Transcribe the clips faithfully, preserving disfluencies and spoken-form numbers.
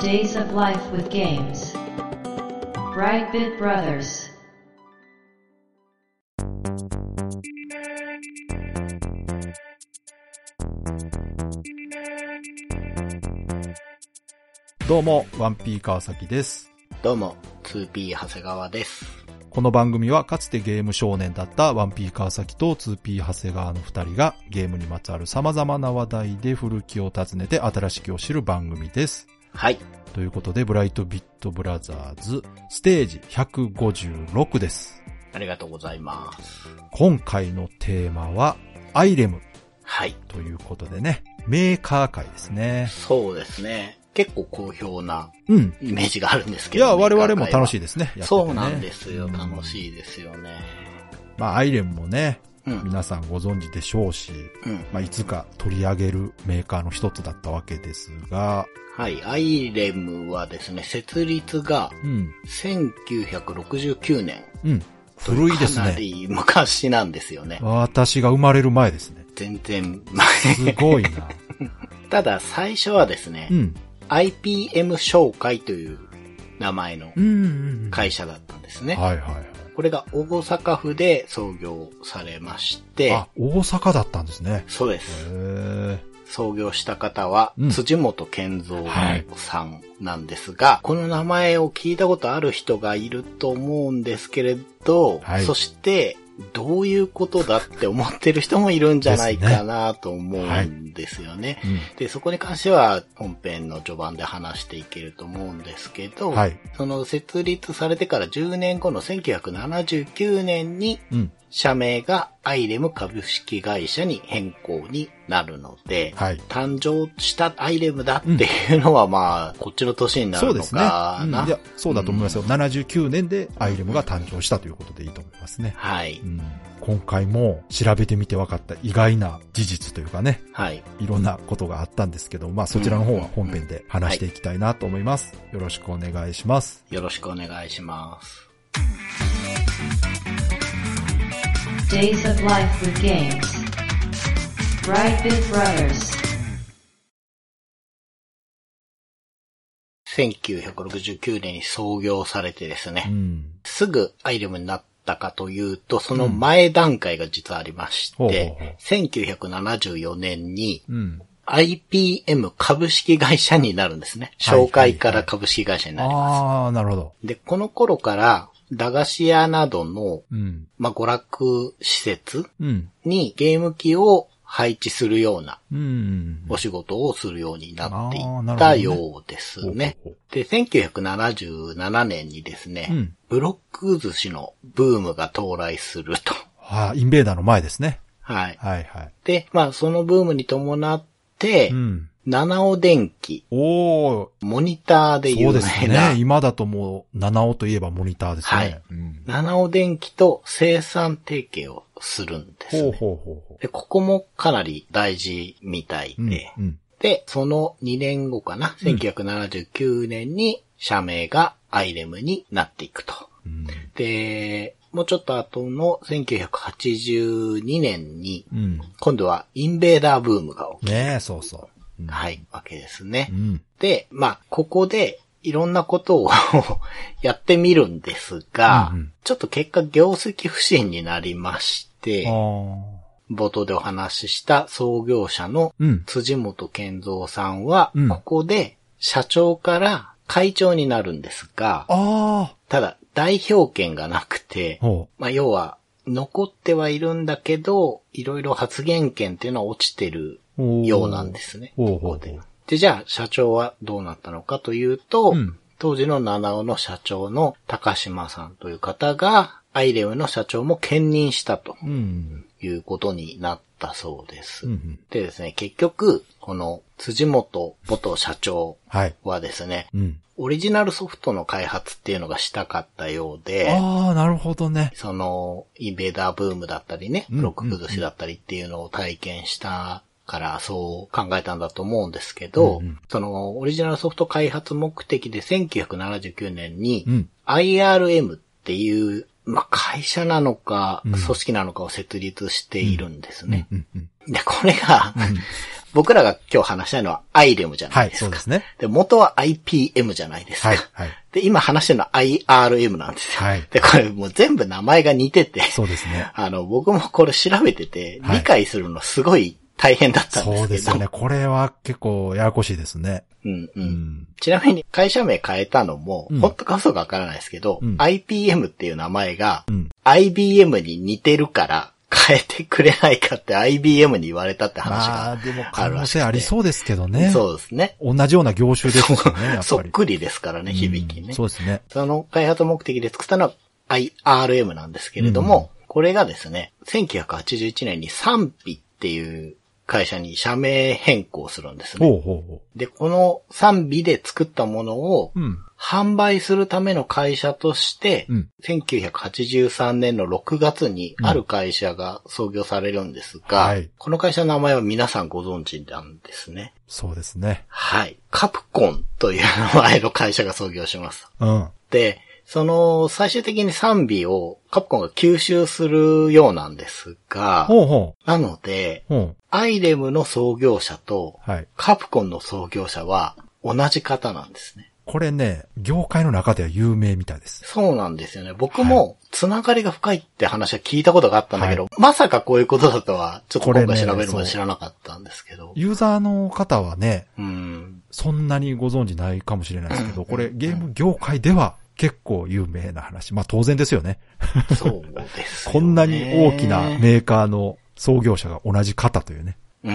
Days of Life with Games Brightbit Brothers どうも、ワンピー川崎です。 どうも、ツーピー 長谷川です。 この番組はかつてゲーム少年だったワンピー川崎と ツーピー 長谷川の二人がゲームにまつわる様々な話題で古きを訪ねて新しきを知る番組です。 はい。 ということで、ブライトビットブラザーズステージひゃくごじゅうろくです。 ありがとうございます。 今回のテーマはアイレム。 はい。 ということでね、メーカー界ですね。 そうですね。結構好評なイメージがあるんですけど、 ね、うん、いや、我々も楽しいですね。やっててね、 そうなんですよ。楽しいですよね。 まあ、アイレムもね、 うん、 皆さんご存知でしょうし、うん、まあ、いつか取り上げるメーカーの一つだったわけですが、 はい、アイレムはですね、設立がせんきゅうひゃくろくじゅうきゅうねん。うん、 古いですね。 かなり昔なんですよね。 私が生まれる前ですね。 全然前。 すごいな。 ただ、最初はですね、うん、アイピーエム 商会という名前の会社だったんですね。 はいはいはい。 これが大阪府で創業されまして。 あ、大阪だったんですね。 そうです。 へー。 創業した方は、うん、辻本健三さんなんですが、はい、この名前を聞いたことある人がいると思うんですけれど、はい、そして、どういうことだって思ってる人もいるんじゃないかなと思うんですよね。で、ねはいうん、そこに関しては本編の序盤で話していけると思うんですけど、はい、その設立されてからじゅうねんごのせんきゅうひゃくななじゅうきゅうねんに、うん社名がアイレム株式会社に変更になるので、はい、誕生したアイレムだっていうのは、うん、まあ、こっちの年になるのかな。そうですね。うん、いや、 そうだと思いますよ。うん、ななじゅうきゅうねんでアイレムが誕生したということでいいと思いますね。 はい。うん、 今回も調べてみて分かった意外な事実というかね。はい。いろんなことがあったんですけど、まあそちらの方は本編で話していきたいなと思います。よろしくお願いします。 よろしくお願いします。 Days of Life with Games Brightbit Brothers せんきゅうひゃくろくじゅうきゅうねんに創業されてですね、うん、すぐアイレムになったかというと、その前段階が実はありまして、うん、ほうほうほうせんきゅうひゃくななじゅうよねんに、うん、アイピーエム 株式会社になるんですね。商会から株式会社になります。 はいはいはい、ああ、なるほど。 で、この頃から、駄菓子屋などの、うん、まあ、娯楽施設にゲーム機を配置するようなお仕事をするようになっていったようですね。で、せんきゅうひゃくななじゅうななねんにですね、うん、ブロック寿司のブームが到来すると。 はあ、インベーダーの前ですね。 はい。 はいはい。 で、まあ、そのブームに伴って、うん七尾電機。 おー。 モニターで有名な。そうですね。 今だともう、七尾といえばモニターですね。 はい。うん、七尾電機と生産提携をするんですね。ほうほうほうほう。で、ここもかなり大事みたいで。うんうん、で、そのにねんごかな。せんきゅうひゃくななじゅうきゅうねんに社名がアイレムになっていくと。うん、で、もうちょっと後のせんきゅうひゃくはちじゅうにねんに、うん、今度はインベーダーブームが起きる。 ねえ、そうそう。 うん、はい、わけですね。うん、で、まあ、ここでいろんなことをやってみるんですが、うんうん、ちょっと結果業績不振になりまして、冒頭でお話しした創業者の辻本健三さんは、うん、ここで社長から会長になるんですが、ただ代表権がなくて、まあ、要は残ってはいるんだけど、いろいろ発言権っていうのは落ちてるようなんですね。ここで。で、じゃあ、社長はどうなったのかというと、うん、当時の七尾の社長の高島さんという方が、アイレムの社長も兼任したということになったそうです。うんうん、でですね、結局、この辻本元社長はですね、はいうん、オリジナルソフトの開発っていうのがしたかったようで、 ああ、なるほどね。 その、インベーダーブームだったりね、ブロック崩しだったりっていうのを体験したからそう考えたんだと思うんですけど、うんうん、そのオリジナルソフト開発目的でせんきゅうひゃくななじゅうきゅうねんに アイアールエム っていうまあ、会社なのか、組織なのかを設立しているんですね。うんうんうん、で、これが、うん、僕らが今日話したいのは アイレム じゃないですか。はい、そうですね。で、元は アイピーエム じゃないですか。はい、はい。で、今話してるのは アイアールエム なんですよ。はい。で、これもう全部名前が似てて。そうですね。あの、僕もこれ調べてて、理解するのすごい大変だったんですけど。そうですよね。 これは結構ややこしいですね。 うんうん。うん、ちなみに会社名変えたのも、うん、本当か嘘かわからないですけど、うん、アイピーエム っていう名前が、うん、アイビーエム に似てるから、変えてくれないかって アイビーエム に言われたって話があるらしくて。まあでも可能性ありそうですけどね。 そうですね。 同じような業種ですよね、やっぱり。 そっくりですからね、響きね、うん。 そうですね。 その開発目的で作ったのは アイアールエム なんですけれども、うん、これがですね、せんきゅうひゃくはちじゅういちねんにサンピっていう会社に社名変更するんですね。ほうほうほう。で、このサンビで作ったものを、うん販売するための会社として、うん、せんきゅうひゃくはちじゅうさんねんのろくがつにある会社が創業されるんですが、うんはい、この会社の名前は皆さんご存知なんですね。 そうですね。 はい。カプコンという名前の会社が創業します。うん、で、その最終的に賛美をカプコンが吸収するようなんですが、ほうほうなので、ほうアイレムの創業者と、はい、カプコンの創業者は同じ方なんですね。 これね、業界の中では有名みたいです。 そうなんですよね。僕も、つながりが深いって話は聞いたことがあったんだけど、はい、まさかこういうことだとは、ちょっと今回調べるまで知らなかったんですけど。 ね、ユーザーの方はね、うん、そんなにご存知ないかもしれないですけど、うん、これゲーム業界では結構有名な話。まあ当然ですよね。 そうですよね。 こんなに大きなメーカーの創業者が同じ方というね。 うん、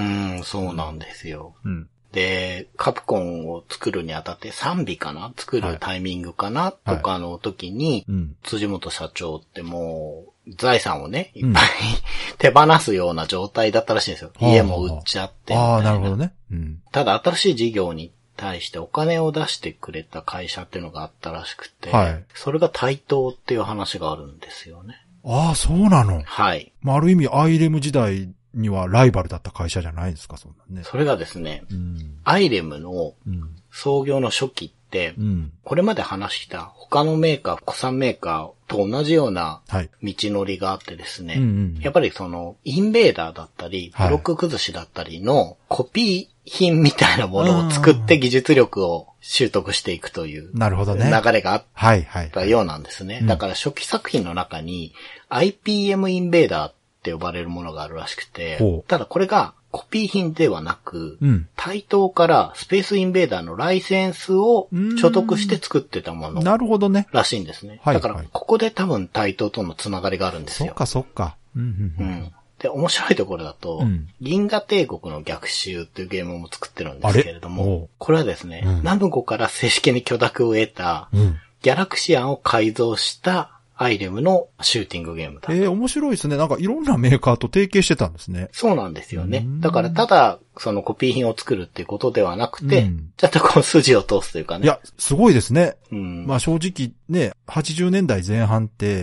そうなんですよ。うんで、カプコンを作るにあたって賛美かな作るタイミングかな、はい、とかの時に、はいうん、辻本社長ってもう財産をね、いっぱい、うん、手放すような状態だったらしいんですよ。家も売っちゃってみたいな。ああ、なるほどね、うん。ただ新しい事業に対してお金を出してくれた会社っていうのがあったらしくて、はい、それが対等っていう話があるんですよね。 ああ、そうなのはい。 まあ、ある意味アイレム時代にはライバルだった会社じゃないですか、そんなね。 それがですね、うん、アイレムの創業の初期って、うん、これまで話した他のメーカー、古参メーカーと同じような道のりがあってですね、はいうんうん、やっぱりそのインベーダーだったり、ブロック崩しだったりのコピー品みたいなものを作って技術力を習得していくという流れがあったようなんですね。だから初期作品の中に アイピーエム インベーダーって呼ばれるものがあるらしくて、ただこれがコピー品ではなく、うん、対等からスペースインベーダーのライセンスを所得して作ってたものなるほどね。らしいんですね。だからここで多分対等とのつながりがあるんですよ。 そっかそっか。うんうんうんうんで、面白いところだと、うん、銀河帝国の逆襲っていうゲームも作ってるんですけれども、これはですね、うん、ナムコから正式に許諾を得た、うん、ギャラクシアンを改造したアイレムのシューティングゲームだ。 えー、面白いですね。なんかいろんなメーカーと提携してたんですね。 そうなんですよね。だからただ、そのコピー品を作るっていうことではなくて、うん、ちゃんとこう筋を通すというかね。 いや、すごいですね。うん、まあ正直ね、はちじゅうねんだいぜん半って、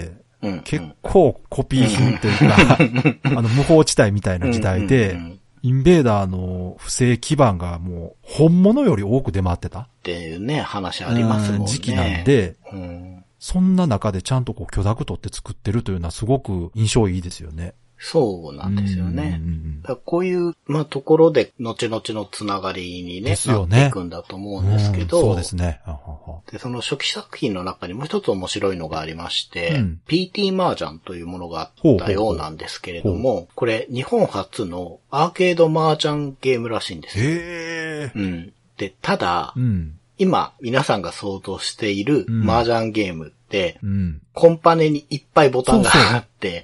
うん、結構コピー品というか、うん、あの無法地帯みたいな時代で、うんうんうん、インベーダーの不正基盤がもう本物より多く出回ってたっていうね、話ありますもんね。 時期なんで、うんそんな中でちゃんとこう許諾取って作ってるというのはすごく印象いいですよね。 そうなんですよね。うんうんうん、だからこういう、まあ、ところで、後々のつながりにね、ですよね、なっていくんだと思うんですけど、 うん、そうですね。 で、その初期作品の中にもう一つ面白いのがありまして、うん、ピーティー 麻雀というものがあったようなんですけれども、ほうほうほうこれ、日本初のアーケード麻雀ゲームらしいんですよ。へー。うん。で、ただ、うん今、皆さんが想像している麻雀ゲームって、うん、コンパネにいっぱいボタンがあって、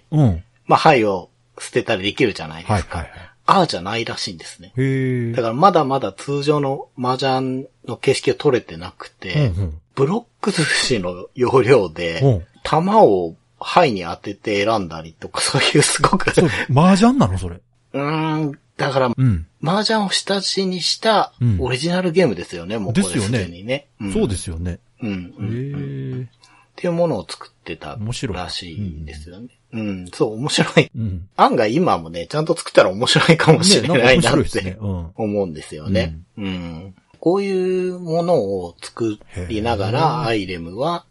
そうそううん、まあ、牌を捨てたりできるじゃないですか。はいはいはい、ああじゃないらしいんですね。へだからまだまだ通常の麻雀の形式が取れてなくて、うんうん、ブロック寿司の要領で、うん、玉を牌に当てて選んだりとか、そういうすごく麻雀なのそれ。 うーん。だから、うん、麻雀を下地にしたオリジナルゲームですよね、うん、もうこれすでにね。 うん、そうですよね。うん、うん。 へー。っていうものを作ってたらしいんですよね。うん、うん、そう、面白い、うん。案外今もね、ちゃんと作ったら面白いかもしれないなって思うんですよね。うん、うん。こういうものを作りながら、アイレムは、うん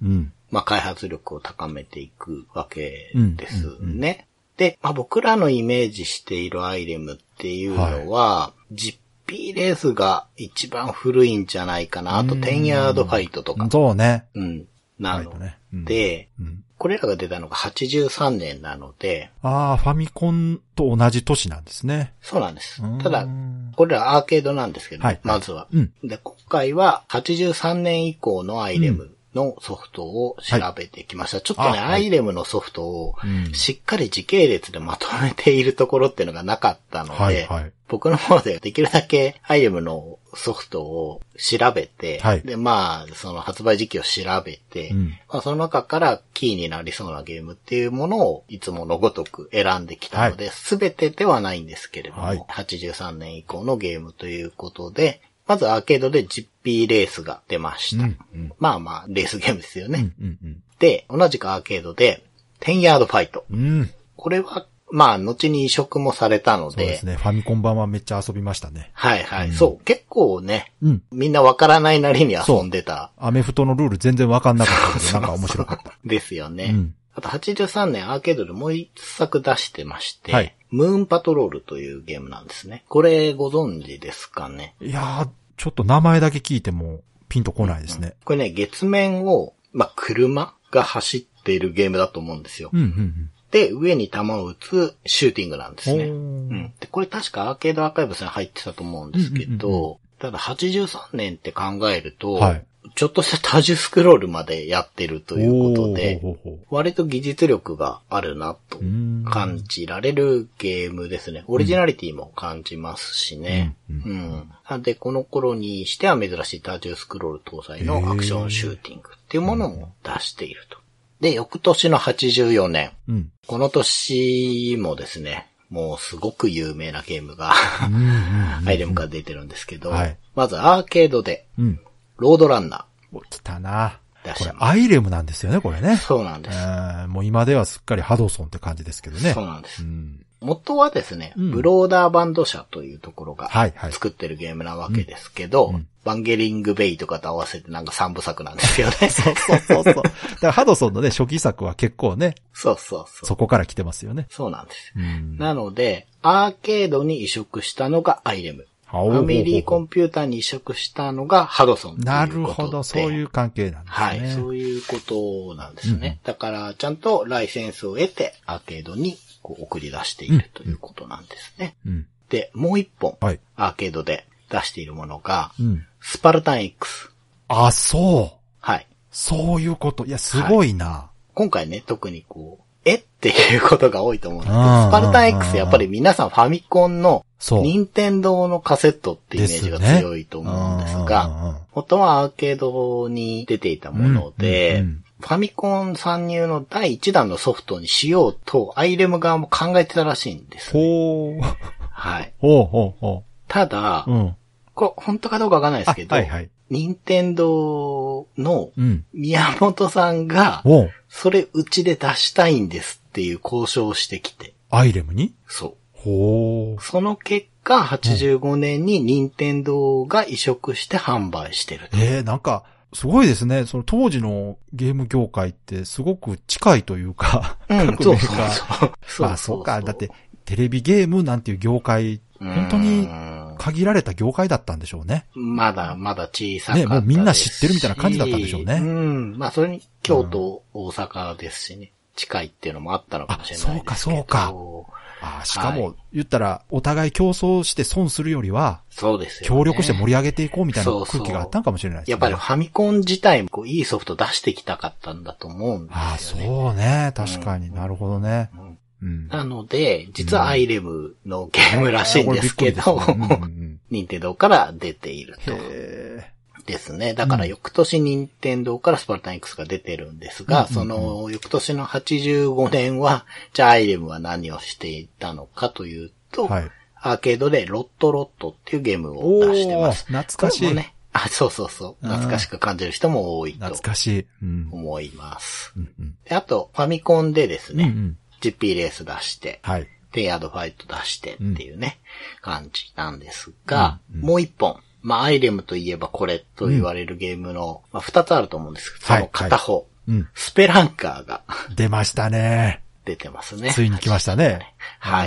まあ、開発力を高めていくわけですね。うんうんうん、で、まあ、僕らのイメージしているアイレムっていうのは、はい、ジッピー レースが一番古いんじゃないかな。あと、テンヤードファイトとか。 そうね。 うん。なので、うんうん、これらが出たのがはちじゅうさんねんなので。 ああ、ファミコンと同じ年なんですね。 そうなんです。ただ、これらアーケードなんですけど、はい、まずは、うん、で。今回ははちじゅうさんねん以降のアイレムのソフトを調べてきました。はい、ちょっとね、アイレムのソフトをしっかり時系列でまとめているところっていうのがなかったので、はいはい、僕の方でできるだけアイレムのソフトを調べて、はい、で、まあ、その発売時期を調べて、うん、まあ、その中からキーになりそうなゲームっていうものをいつものごとく選んできたので、すべ、はい、てではないんですけれども、はい、はちじゅうさんねん以降のゲームということで、まずアーケードで ジッピー レースが出ました。うんうん、まあまあ、レースゲームですよね。うんうんうん、で、同じくアーケードで、テンヤードファイト。うん、これは、まあ、後に移植もされたので。 そうですね。ファミコン版はめっちゃ遊びましたね。 はいはい。うん、そう。結構ね、うん、みんなわからないなりに遊んでた。 アメフトのルール全然わかんなかったけど、なんか面白かった。 ですよね。うん、あとはちじゅうさんねんアーケードでもう一作出してまして、はい、ムーンパトロールというゲームなんですね。これご存知ですかね？ いやー、ちょっと名前だけ聞いてもピンとこないですね。うんうん、 これね、月面を、まあ、車が走っているゲームだと思うんですよ。うんうんうん、で、上に弾を撃つシューティングなんですね。うん、で、これ確かアーケードアーカイブスに入ってたと思うんですけど、うんうんうん、ただはちじゅうさんねんって考えると、はい、ちょっとした多重スクロールまでやってるということで、割と技術力があるなと感じられるゲームですね。オリジナリティも感じますしね。うん。うん、で、この頃にしては珍しい多重スクロール搭載のアクションシューティングっていうものも出していると。で、翌年のはちじゅうよねん。うん、この年もですね、もうすごく有名なゲームがアイレムから出てるんですけど、はい、まずアーケードで、うんロードランナー。来たな。これアイレムなんですよね、これね。 そうなんです。 もう今ではすっかりハドソンって感じですけどね。 そうなんです。うん、元はですね、うん、ブローダーバンド社というところが作ってるゲームなわけですけど、はいはいうん、バンゲリングベイとかと合わせてなんか三部作なんですよね。 そうそうそうそう。だからハドソンのね、初期作は結構ね。 そうそうそう。 そこから来てますよね。 そうなんです。うん、なので、アーケードに移植したのがアイレム。ファミリーコンピューターに移植したのがハドソンということで。 なるほど、そういう関係なんですね。 はい、そういうことなんですね。うん、だから、ちゃんとライセンスを得てアーケードにこう送り出しているということなんですね。うん、で、もう一本、はい、アーケードで出しているものが、うん、スパルタン X。 あ、そう。 はい。 そういうこと。いや、すごいな。はい、 今回ね、特にこう、えっていうことが多いと思うんですけど、スパルタン X やっぱり皆さんファミコンの任天堂のカセットってイメージが強いと思うんですが、元はアーケードに出ていたもので、うんうんうん、ファミコン参入のだいいちだんのソフトにしようとアイレム側も考えてたらしいんです、ね。ほー。はい。 ほうほうほう。 ただ、うん、これ本当かどうかわかんないですけど、はいはい、任天堂の宮本さんが、うんそれうちで出したいんですっていう交渉をしてきて。 アイレムに？ そう。 ほー。その結果、はちじゅうごねんに任天堂が移植して販売してると。 えー、なんか、すごいですね。その当時のゲーム業界ってすごく近いというか、 うん、各メーカー。そうそうそう。まあそうか。だって、テレビゲームなんていう業界、本当に限られた業界だったんでしょうね。 まだまだ小さかったですし。 ね、もうみんな知ってるみたいな感じだったんでしょうね。 うん。まあそれに京都、大阪ですしね。近いっていうのもあったのかもしれないですけど。 そうかそうか。あしかも、はい、言ったら、お互い競争して損するよりは、 そうですよ、ね。 協力して盛り上げていこうみたいな空気があったんかもしれないですね。 そうそうやっぱりファミコン自体もこういいソフト出していきたかったんだと思うんですよね。 あそうね。確かに、うん、なるほどね。 うんうん、なので、実はアイレムのゲームらしいんですけど、任天堂から出ていると。ですね。だから翌年任天堂からスパルタン X が出てるんですが、うん、その翌年のはちじゅうごねんは、じゃあアイレムは何をしていたのかというと、はい、アーケードでロットロットっていうゲームを出してます。 懐かしい。 ね、あ、そうそうそう。懐かしく感じる人も多いと。 懐かしい。 思います。うんうん、であと、ファミコンでですね、うんうん、ジッピー レース出して、はい、テンヤードファイト出してっていうね、うん、感じなんですが、うんうん、もう一本。まあ、アイレムといえばこれと言われるゲームの、うん、まあ、二つあると思うんですけど、その片方。はいはい、 うん、 スペランカーが出ましたね。 出てますね。 ついに来ましたね。 はい。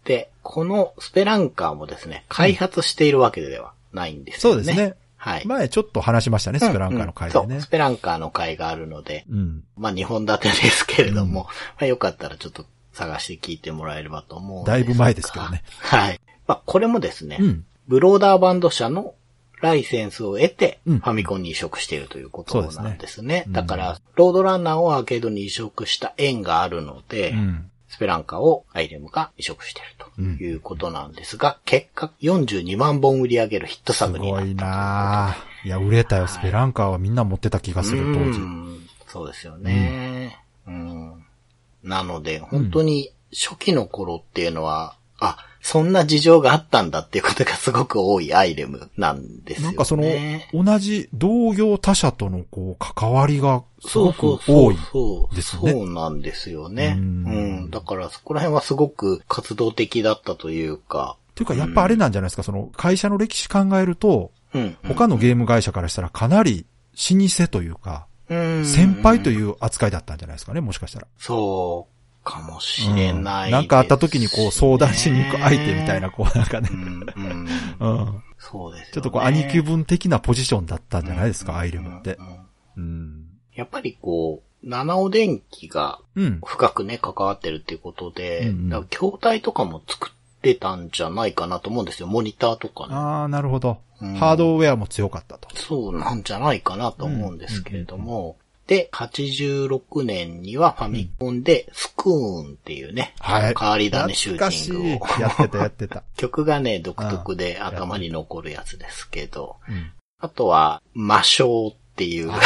で、このスペランカーもですね、開発しているわけではないんですよね。 そうですね。はい。前ちょっと話しましたね、スペランカーの回でね、うんうん。 そう、スペランカーの回があるので、 うん、 まあにほん立てですけれども、うん、まあよかったらちょっと探して聞いてもらえればと思うんですが。 だいぶ前ですけどね。 はい。まあこれもですね、 うん、 ブローダーバンド社のライセンスを得て、ファミコンに移植しているということなんですね。うん、だから、ロードランナーをアーケードに移植した縁があるので、うん、スペランカーをアイレムが移植しているということなんですが、うん、結果よんじゅうにまんぼん売り上げるヒット作になったということで。すごいなぁ。いや、売れたよ、スペランカーはみんな持ってた気がする、はい、当時。 そうですよね、うんうん。なので、本当に初期の頃っていうのは、あ、そんな事情があったんだっていうことがすごく多いアイレムなんですよね。 なんかその、同じ同業他社とのこう、関わりがすごく多いですね。 そうなんですよね。うん,、うん。だからそこら辺はすごく活動的だったというか。 というかやっぱあれなんじゃないですか、その会社の歴史考えると、 うんうん、 他のゲーム会社からしたらかなり老舗というか、 うん先輩という扱いだったんじゃないですかね、もしかしたら。 そうかもしれないです、ねうん。なんかあった時にこう相談しに行く相手みたいな、こうなんかね。 うんうんうん、 そうですよね。 ちょっとこう兄貴分的なポジションだったんじゃないですか、うん、アイレムって、うん。 やっぱりこう、七尾電機が深くね、関わってるっていうことで、うん、だから筐体とかも作ってたんじゃないかなと思うんですよ、モニターとかね。 ああ、なるほど、うん。ハードウェアも強かったと。 そうなんじゃないかなと思うんですけれども、うんうんうん、で、はちじゅうろくねんにはファミコンでスクーンっていうね、 はい、 変わり種シューティングを。 やってたやってた。 曲がね、独特で頭に残るやつですけど、うん、あとは、魔性っていう。 はい、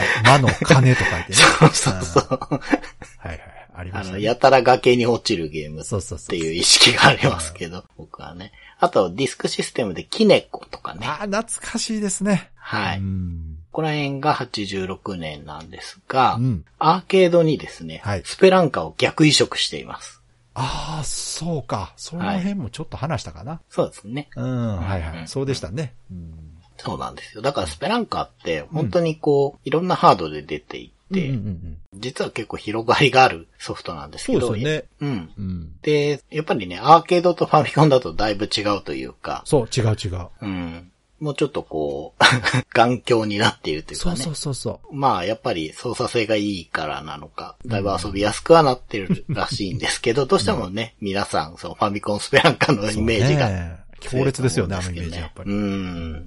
魔の鐘と書いてね。 そうそうそう。 はいはい。ありましたね。 あの、やたら崖に落ちるゲームっていう意識がありますけど、僕はね。あと、ディスクシステムでキネコとかね。 ああ、懐かしいですね。 はい。 うんここら辺がはちじゅうろくねんなんですが、 うん、 アーケードにですね、 はい、 スペランカを逆移植しています。 ああ、そうか。その辺もちょっと話したかな。はい、 そうですね。 うん、はいはい、うん。そうでしたね、うん。 そうなんですよ。だからスペランカって本当にこう、うん、いろんなハードで出ていて、 うんうんうん、 実は結構広がりがあるソフトなんですけど。 そうですよね。 うん。うん、で、やっぱりね、アーケードとファミコンだとだいぶ違うというか。 そう、違う違う。 うん。もうちょっとこう、頑強になっているというかね。 そうそうそうそう。 まあ、やっぱり操作性がいいからなのか、だいぶ遊びやすくはなってるらしいんですけど、どうしてもね、うん、皆さん、そのファミコンスペランカのイメージが、 ね、強烈ですよね、あのイメージやっぱり。 うん。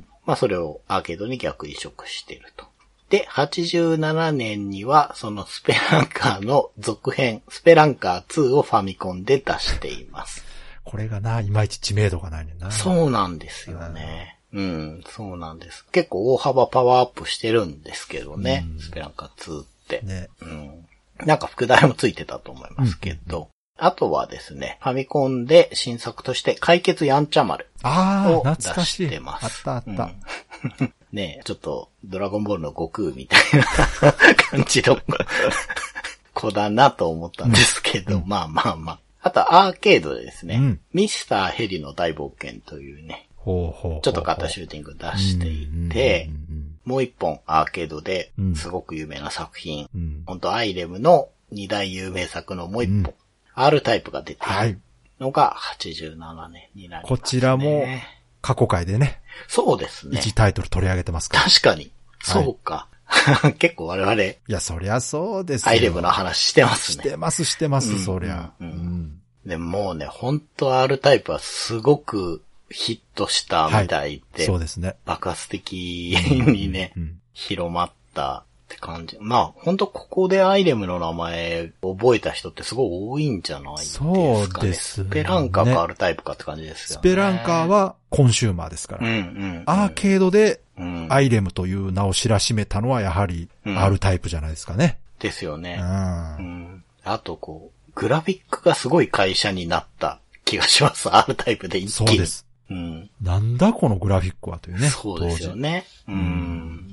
まあ、それをアーケードに逆移植していると。で、はちじゅうななねんには、そのスペランカーの続編、スペランカーツーをファミコンで出しています。 これがな、いまいち知名度がないねんな。 そうなんですよね。うん、そうなんです。結構大幅パワーアップしてるんですけどね、うん、スペランカーツーって。 ね。 うん。なんか副題もついてたと思いますけど、うん、あとはですね、ファミコンで新作として解決やんちゃ丸を出してます。 あったあった。 うん、ねえ、ちょっとドラゴンボールの悟空みたいな感じの子だなと思ったんですけど、うん、まあまあまあ。あとアーケードでですね、うん、ミスターヘリの大冒険というね、 ほうほうほうほうちょっと型シューティング出していて、もう一本アーケードですごく有名な作品、うん、本当アイレムの二大有名作のもう一本、うん、R タイプが出ているのがはちじゅうななねんになりますね。 こちらも過去回でね。 そうですね。 一タイトル取り上げてますから。 確かに。そうか。はい、結構我々。いや、そりゃそうですよ。 アイレムの話してますね。 してます、してます、うん、そりゃ。 うんうん、でもうね、本当 R タイプはすごくヒットしたみたいで、 はい、そうですね。 爆発的にね、うんうん、広まったって感じ。まあ、本当ここでアイレムの名前覚えた人ってすごい多いんじゃないですかね。 そうですね。 スペランカーか R タイプかって感じですよね。 スペランカーはコンシューマーですから。 うんうんうん、 アーケードでアイレムという名を知らしめたのはやはり R タイプじゃないですかね。 うん、ですよね、 うんうん。あとこう、グラフィックがすごい会社になった気がします。R タイプで一気に。 そうです。 うん、 なんだこのグラフィックはというね。 そうですよね。うん。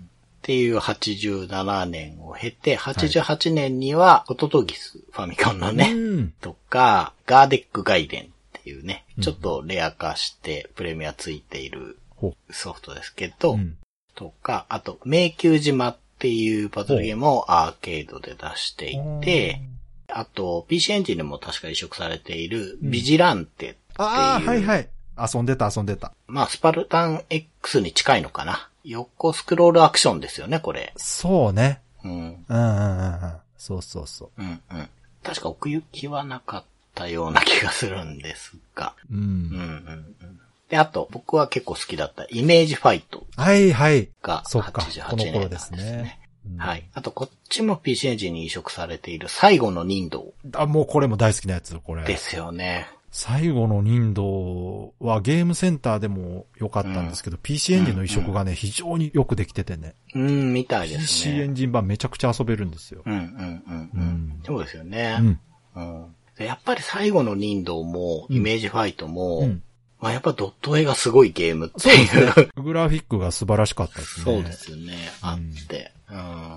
っていうはちじゅうななねんを経て、はちじゅうはちねんには、ホトトギス、ファミコンのね、 うん、 とか、ガーデックガイデンっていうね、ちょっとレア化してプレミアついているソフトですけど、 うん、 とか、あと、迷宮島っっていうパズルゲームをアーケードで出していて、あと ピーシー エンジンでも確か移植されているビジランテっていう。うん、 ああ、はいはい。遊んでた遊んでた。 まあスパルタン X に近いのかな。横スクロールアクションですよね、これ。 そうね。 うん。うんうんうんうん。そうそうそう。 うんうん。確か奥行きはなかったような気がするんですが。 うん。うんうんうん。で、あと僕は結構好きだったイメージファイト。 はいはい。 がはちじゅうはちねんなんですね。 ですね。 うん、はい。あとこっちも ピーシー エンジンに移植されている最後の忍道。 あ、もうこれも大好きなやつ、これ。 ですよね。 最後の忍道はゲームセンターでも良かったんですけど、うん、ピーシー エンジンの移植がね、うん、非常によくできててね。 うん、みたいですね。 ピーシー エンジン版めちゃくちゃ遊べるんですよ。 うんうんうん、うん。そうですよね。 うん。 うん。やっぱり最後の忍道も、イメージファイトも、うん、まあやっぱドット絵がすごいゲームっていう。 そうですね。グラフィックが素晴らしかったですね。 そうですよね。あって。うん。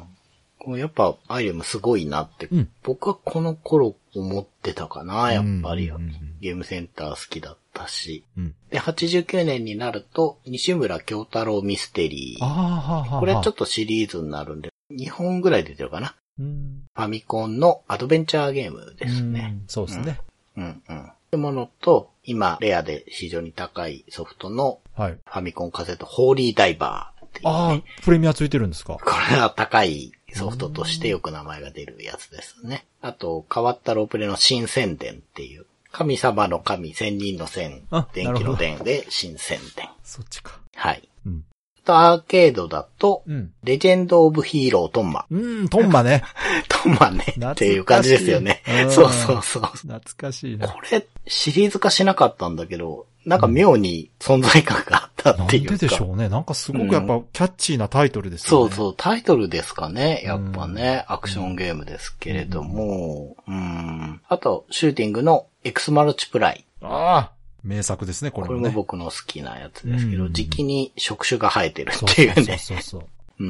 こうやっぱアイレムすごいなって、うん、僕はこの頃思ってたかな、やっぱり。うんうんうん、ゲームセンター好きだったし、うん。で、はちじゅうきゅうねんになると、西村京太郎ミステリー。 あははこれちょっとシリーズになるんで、にほんぐらい出てるかな。 うん、 ファミコンのアドベンチャーゲームですね。 うん、そうですね。 うん、うん、うん。ってものと、今、レアで非常に高いソフトの、ファミコンカセット、ホーリーダイバーっていう、ね。 ああ、プレミアついてるんですか？ これは高いソフトとしてよく名前が出るやつですね。あと、変わったロープレの新宣伝っていう、神様の神、千人の千、電気の電で新宣伝。 そっちか。 はい。 うん。 と、アーケードだと、うん、レジェンド・オブ・ヒーロー・トンマ。 うん、トンマね。 トンマね。っていう感じですよね。そうそうそう。 懐かしいな。 これ、シリーズ化しなかったんだけど、なんか妙に存在感があったっていうか。 なんででしょうね。なんかすごくやっぱキャッチーなタイトルですよね。うん、そうそう、タイトルですかね。やっぱね、アクションゲームですけれども、うん。うんあと、シューティングのエクスマルチプライ。 ああ。名作ですね、これもね。 これも僕の好きなやつですけど、時期に触手が生えてるっていうね。 そうそうそうそう。 うん。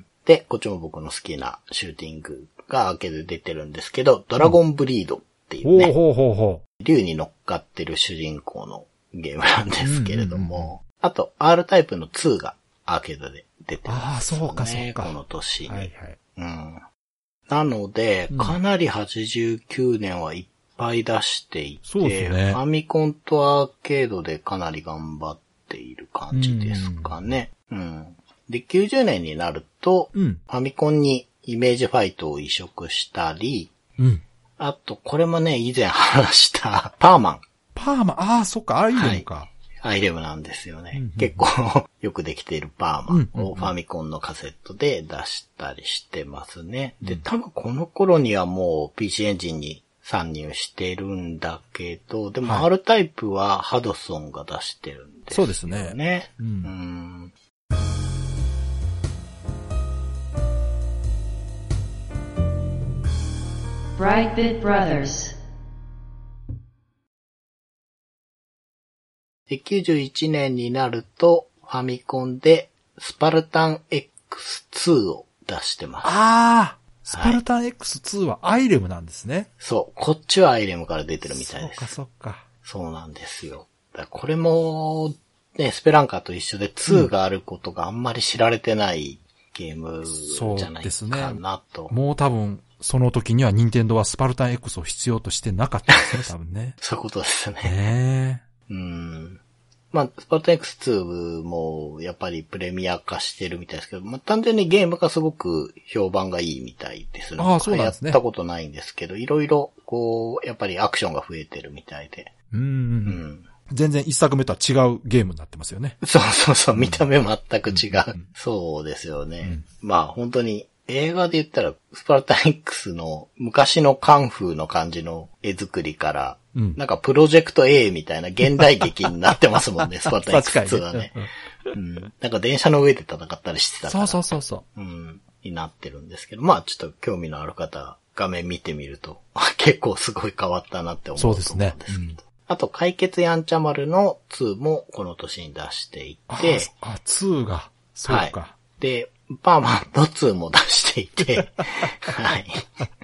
で、こっちも僕の好きなシューティングがアーケードで出てるんですけど、ドラゴンブリードっていうね。 ほうほうほうほう。竜に乗っかってる主人公のゲームなんですけれども、うんうんうん、あと R タイプのツーがアーケードで出てますね。 ああ、そうかそうか。 この年に。 はいはい。 うん。なので、かなりはちじゅうきゅうねんはいっぱい出していて、 そうですね、 ファミコンとアーケードでかなり頑張っている感じですかね。うん、うん。で、きゅうじゅうねんになると、うん、ファミコンにイメージファイトを移植したり、 うん、 あと、これもね、以前話したパーマン。 パーマン、ああ、そっか、アイレムか。 はい、アイレムなんですよね。うんうん、結構よくできているパーマンをファミコンのカセットで出したりしてますね。うん、で、多分この頃にはもう ピーシー エンジンに参入してるんだけど、でも R タイプはハドソンが出してるんですよね。そうですね。うん。うん Brightbit Brothers で、きゅうじゅういちねんになるとファミコンでスパルタン エックスツー を出してます。 ああスパルタン エックスツー はアイレムなんですね。はい、 そう。こっちはアイレムから出てるみたいです。 そっかそっか。 そうなんですよ。だこれも、ね、スペランカと一緒でツーがあることがあんまり知られてないゲームじゃないかなと。 うんね、もう多分、その時には任天堂はスパルタン X を必要としてなかったんですね、多分ね。 そういうことですね。 ねうん。まあ、スパルタン エックスツー もやっぱりプレミア化してるみたいですけど、まあ単純にゲームがすごく評判がいいみたいですね。 ああ、そうなんですね。 やったことないんですけど、いろいろこう、やっぱりアクションが増えてるみたいで。 うんうん。うん全然一作目とは違うゲームになってますよね。 そうそうそう、見た目全く違う。うん、そうですよね。うん、まあ本当に映画で言ったらスパルタン X の昔のカンフーの感じの絵作りから、うん、なんかプロジェクト A みたいな現代劇になってますもんね、スパルタン エックスツー はね。うん、なんか電車の上で戦ったりしてたから。 そうそうそうそう。 うん。になってるんですけど、まあちょっと興味のある方、画面見てみると、結構すごい変わったなって思うと思うんですけど。そうですね。うんあと、解決やんちゃ丸のツーもこの年に出していて。 あ、あツーが。そうか、はい。 で、パーマンのツーも出していて。はい。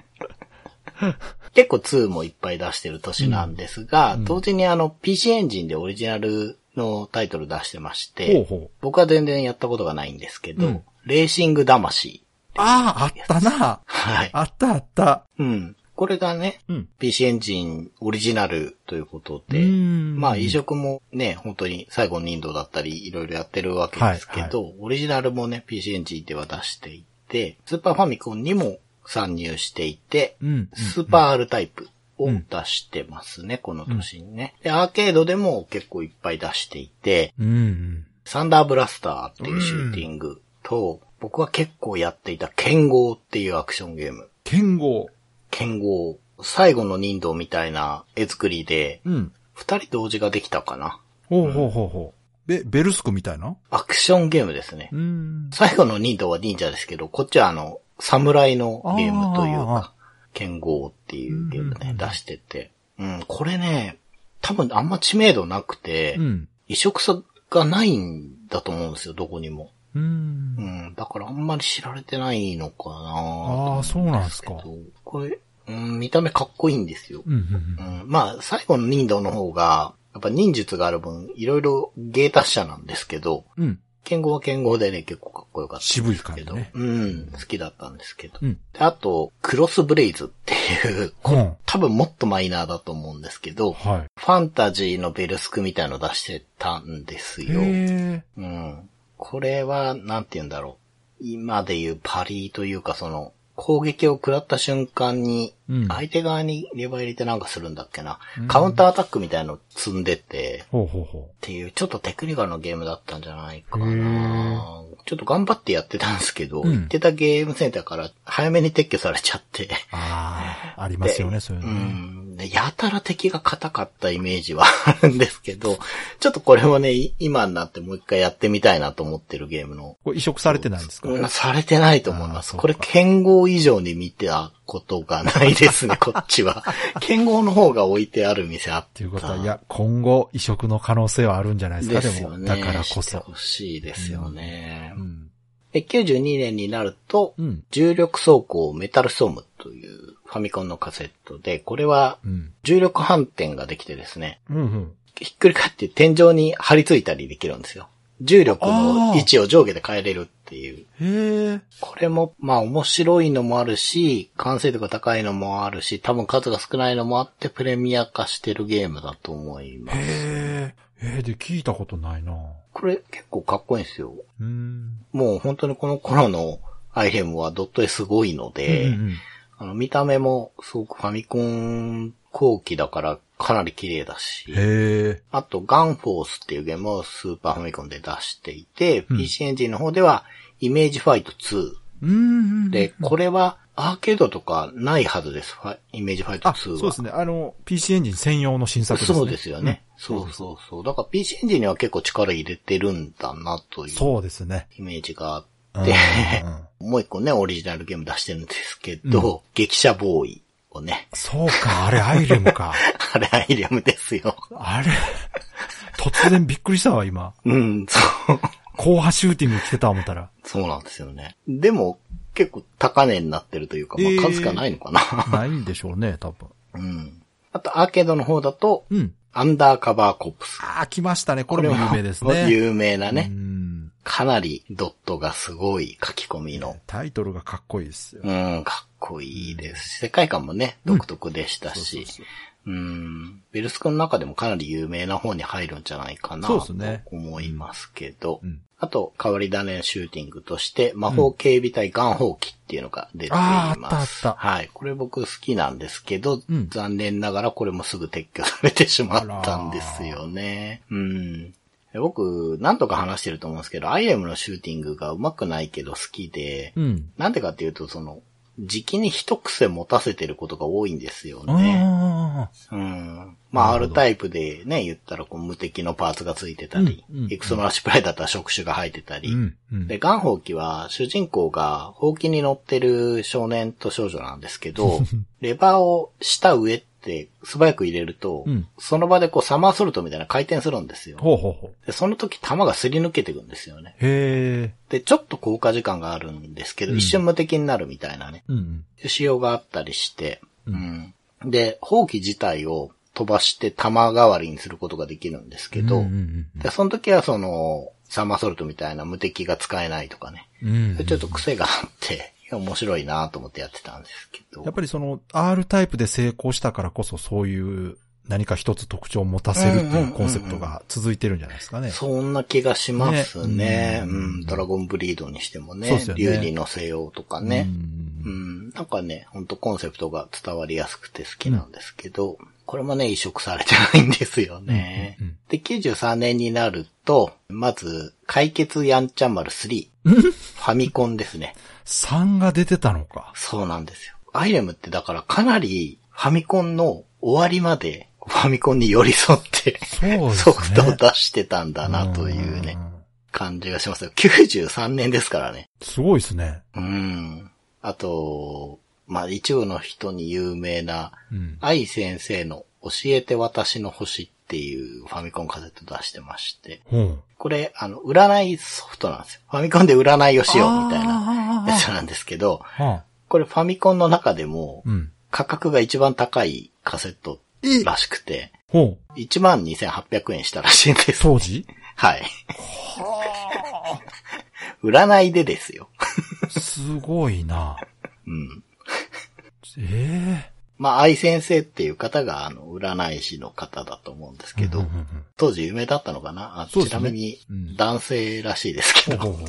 結構ツーもいっぱい出してる年なんですが、うん、同時にあの ピーシー エンジンでオリジナルのタイトル出してまして、ほうほう僕は全然やったことがないんですけど、うん、レーシング魂。 ああ、あったな。 はい。 あったあった。 うん。これがね、うん、ピーシー エンジンオリジナルということで、まあ移植もね、本当に最後の任度だったりいろいろやってるわけですけど、はいはい、オリジナルもね、ピーシー エンジンでは出していて、スーパーファミコンにも参入していて、うん、スーパー R タイプを出してますね、うん、この年にね。で、アーケードでも結構いっぱい出していて、うん、サンダーブラスターっていうシューティングと、うん、僕は結構やっていた剣豪っていうアクションゲーム。 剣豪剣豪。最後の任度みたいな絵作りで、うん。二人同時ができたかな。 ほうほうほうほう。ベ、ベルスクみたいな？ アクションゲームですね。うん。最後の任度は忍者ですけど、こっちはあの、侍のゲームというか、剣豪っていうゲームね、出してて。うん、これね、多分あんま知名度なくて、うん。移植差がないんだと思うんですよ、どこにも。うん。うん。だからあんまり知られてないのかな。 ああ、そうなんですか。 これ、うん、見た目かっこいいんですよ。うんうんうん、まあ、最後の忍道の方が、やっぱ忍術がある分、いろいろ芸達者なんですけど、うん、剣豪は剣豪でね、結構かっこよかったんですけど。 渋い感じね。 うん、好きだったんですけど。うん、であと、クロスブレイズっていう、うん、多分もっとマイナーだと思うんですけど、はい、ファンタジーのベルスクみたいの出してたんですよ。へうん、これは、なんて言うんだろう。今でいうパリーというか、その、攻撃を食らった瞬間に、相手側にレバー入れてなんかするんだっけな。うん、カウンターアタックみたいの積んでて、ほうほうほうっていうちょっとテクニカルなゲームだったんじゃないかな。ちょっと頑張ってやってたんですけど、うん、行ってたゲームセンターから早めに撤去されちゃって。 ああ、ありますよね、そういうの、ね。 うんで。やたら敵が硬かったイメージはあるんですけど、ちょっとこれもね、今になってもう一回やってみたいなと思ってるゲームの。 これ移植されてないんですか？ うん、されてないと思います。これ剣豪以上に見てたことがないですね、こっちは。剣豪の方が置いてある店あった。 っていうことは、いや、今後移植の可能性はあるんじゃないですか、 ですよね、 でも。だからこそ。 してほしいですよね。うん、できゅうじゅうにねんになると、うん、重力走行メタルストームというファミコンのカセットで、これは重力反転ができてですね、うんうん、ひっくり返って天井に張り付いたりできるんですよ。重力の位置を上下で変えれるっていう。へー。これも、まあ面白いのもあるし、完成度が高いのもあるし、多分数が少ないのもあってプレミア化してるゲームだと思います。 へー。えー、で聞いたことないな。 これ結構かっこいいんですよ。うん。もう本当にこの頃のアイテムはドット絵すごいので、うんうん、あの見た目もすごくファミコン後期だからかなり綺麗だし、へあとガンフォースっていうゲームをスーパーファミコンで出していて、うん、ピーシー エンジンの方ではイメージファイトツー。うんうんうん、で、これはアーケードとかないはずです。イメージファイトツーは。 そうですね。あの、ピーシー エンジン専用の新作ですね。 そうですよね。うん、そうそうそう。だから ピーシー エンジンには結構力入れてるんだなという。 そうですね。 イメージがあって、うんうん、もう一個ね、オリジナルゲーム出してるんですけど、うん、激写ボーイをね。 そうか、あれアイレムか。 あれアイレムですよ。 あれ、突然びっくりしたわ、今。 うん、そう。 後波シューティング来てた思ったら。 そうなんですよね。でも、結構高値になってるというか、まあ数がないのかな。 えー、ないんでしょうね、多分。 うん。あと、アーケードの方だと、うん。アンダーカバーコップス。 ああ、来ましたね。これも有名ですね。 有名なね。うん。かなりドットがすごい書き込みの。 タイトルがかっこいいですよ。 うん、かっこいいです。世界観もね、独特でしたし。うん、そうそうそううん。ベルスクの中でもかなり有名な方に入るんじゃないかなと思いますけど。うんうん、あと、変わり種シューティングとして、魔法警備隊ガンホーキっていうのが出ています。うん、ああったあった。はい。これ僕好きなんですけど、うん、残念ながらこれもすぐ撤去されてしまったんですよね。うん。僕、何度か話してると思うんですけど、アイエムのシューティングが上手くないけど好きで、うん、なんでかっていうと、その、時期に一癖持たせてることが多いんですよね。うん。まあ、R タイプでね、言ったらこう無敵のパーツがついてたり、うんうん、エクソノラシプライだったら触手が入ってたり、うんうん、で、ガンホウキは主人公がほうきに乗ってる少年と少女なんですけど、レバーを下上って素早く入れると、うん、その場でこうサマーソルトみたいな回転するんですよ。ほうほうほうでその時弾がすり抜けていくんですよね。へー。で、ちょっと効果時間があるんですけど、うん、一瞬無敵になるみたいなね、うんうん、仕様があったりして、うんうん、で、ほうき自体を飛ばして弾代わりにすることができるんですけど、うんうんうん、でその時はその、サマーソルトみたいな無敵が使えないとかね、うんうん、ちょっと癖があって、 面白いなと思ってやってたんですけど。 やっぱりその R タイプで成功したからこそそういう何か一つ特徴を持たせるっていうコンセプトが続いてるんじゃないですかね。 そんな気がしますね。 ねうん、ドラゴンブリードにしてもね。 そうですよね。 竜に乗せようとかね。 うんうん、なんかね、ほんとコンセプトが伝わりやすくて好きなんですけど、うん、これもね、移植されてないんですよね。うんうんうん、で、きゅうじゅうさんねんになると、まず、解決やんちゃん丸スリー。ファミコンですね。 さんが出てたのか。 そうなんですよ。アイレムってだからかなりファミコンの終わりまでファミコンに寄り添ってソフトを出してたんだなというね、感じがしますよ。きゅうじゅうさんねんですからね。 すごいですね。 うん。あと、まあ、一部の人に有名な、うん、愛先生の教えて私の星っていうファミコンカセット出してまして、うん、これ、あの、占いソフトなんですよ。ファミコンで占いをしようみたいなやつなんですけど、これファミコンの中でも、価格が一番高いカセットらしくて、いちまんにせんはっぴゃくえんしたらしいんです、ね。 当時？ はい。占いでですよ。 すごいな。うん。ええー。 まあ、愛先生っていう方が、あの、占い師の方だと思うんですけど、うんうんうん、当時有名だったのかな、あ、ちなみに、男性らしいですけど。うん、へ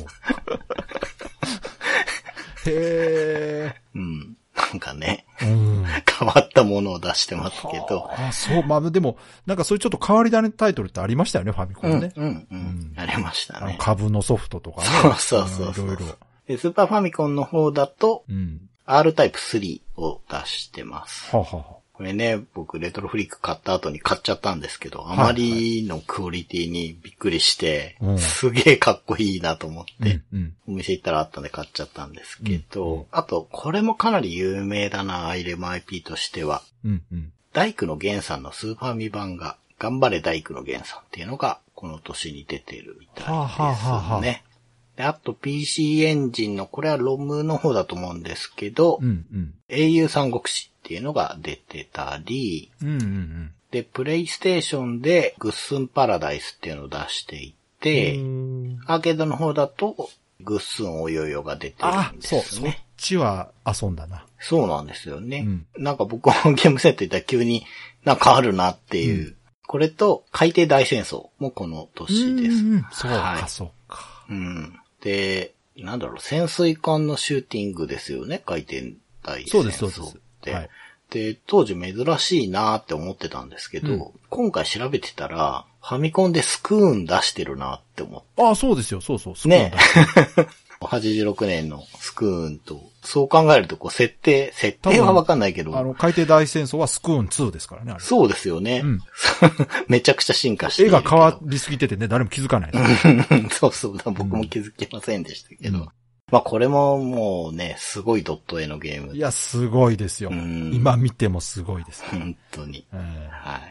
え。 うん。なんかね、うん、変わったものを出してますけど。 あ、そう、まあでも、なんかそういうちょっと変わり種タイトルってありましたよね、ファミコンね。 うん、うん、うん。ありましたね。 株のソフトとかね。 そうそうそうそう。いろいろ。で、スーパーファミコンの方だと、うん、R タイプスリーを出してます。はははこれね、僕レトロフリーク買った後に買っちゃったんですけど、あまりのクオリティにびっくりして、はいはい、すげえかっこいいなと思って、うんうん、お店行ったらあったんで買っちゃったんですけど、うんうん、あと、これもかなり有名だな、アイレム アイピー としては。うんうん、大工の源さんのスーパーファミ版が、頑張れ大工の源さんっていうのが、この年に出てるみたいですね。はあはあはあで、あと ピーシー エンジンの、これはロムの方だと思うんですけど、うんうん、英雄三国志っていうのが出てたり、うんうんうん、で、プレイステーションでグッスンパラダイスっていうのを出していて、アーケードの方だとグッスンおよよが出てるんですね。 あ、そう、そっちは遊んだな。 そうなんですよね。うん、なんか僕もゲームセット行ったら急になんかあるなっていう。うん、これと海底大戦争もこの年です。 うん、そうか、はい、そうか。 うんで、なんだろう、潜水艦のシューティングですよね、海底大戦争って。そうです、そうです。はい、で、当時珍しいなーって思ってたんですけど、うん、今回調べてたら、ファミコンでスクーン出してるなって思って。 ああ、そうですよ、そうそう、スクーン出してる。ね。はちじゅうろくねんのスクーンと、そう考えると、こう、設定、設定はわかんないけど。 あの、海底大戦争はスクーンツーですからね、あれ。 そうですよね。うん、めちゃくちゃ進化してる。 絵が変わりすぎててね、誰も気づかない。 そうそう、僕も気づきませんでしたけど。うん、まあ、これももうね、すごいドット絵のゲーム。 いや、すごいですよ。今見てもすごいです。 本当に。はい。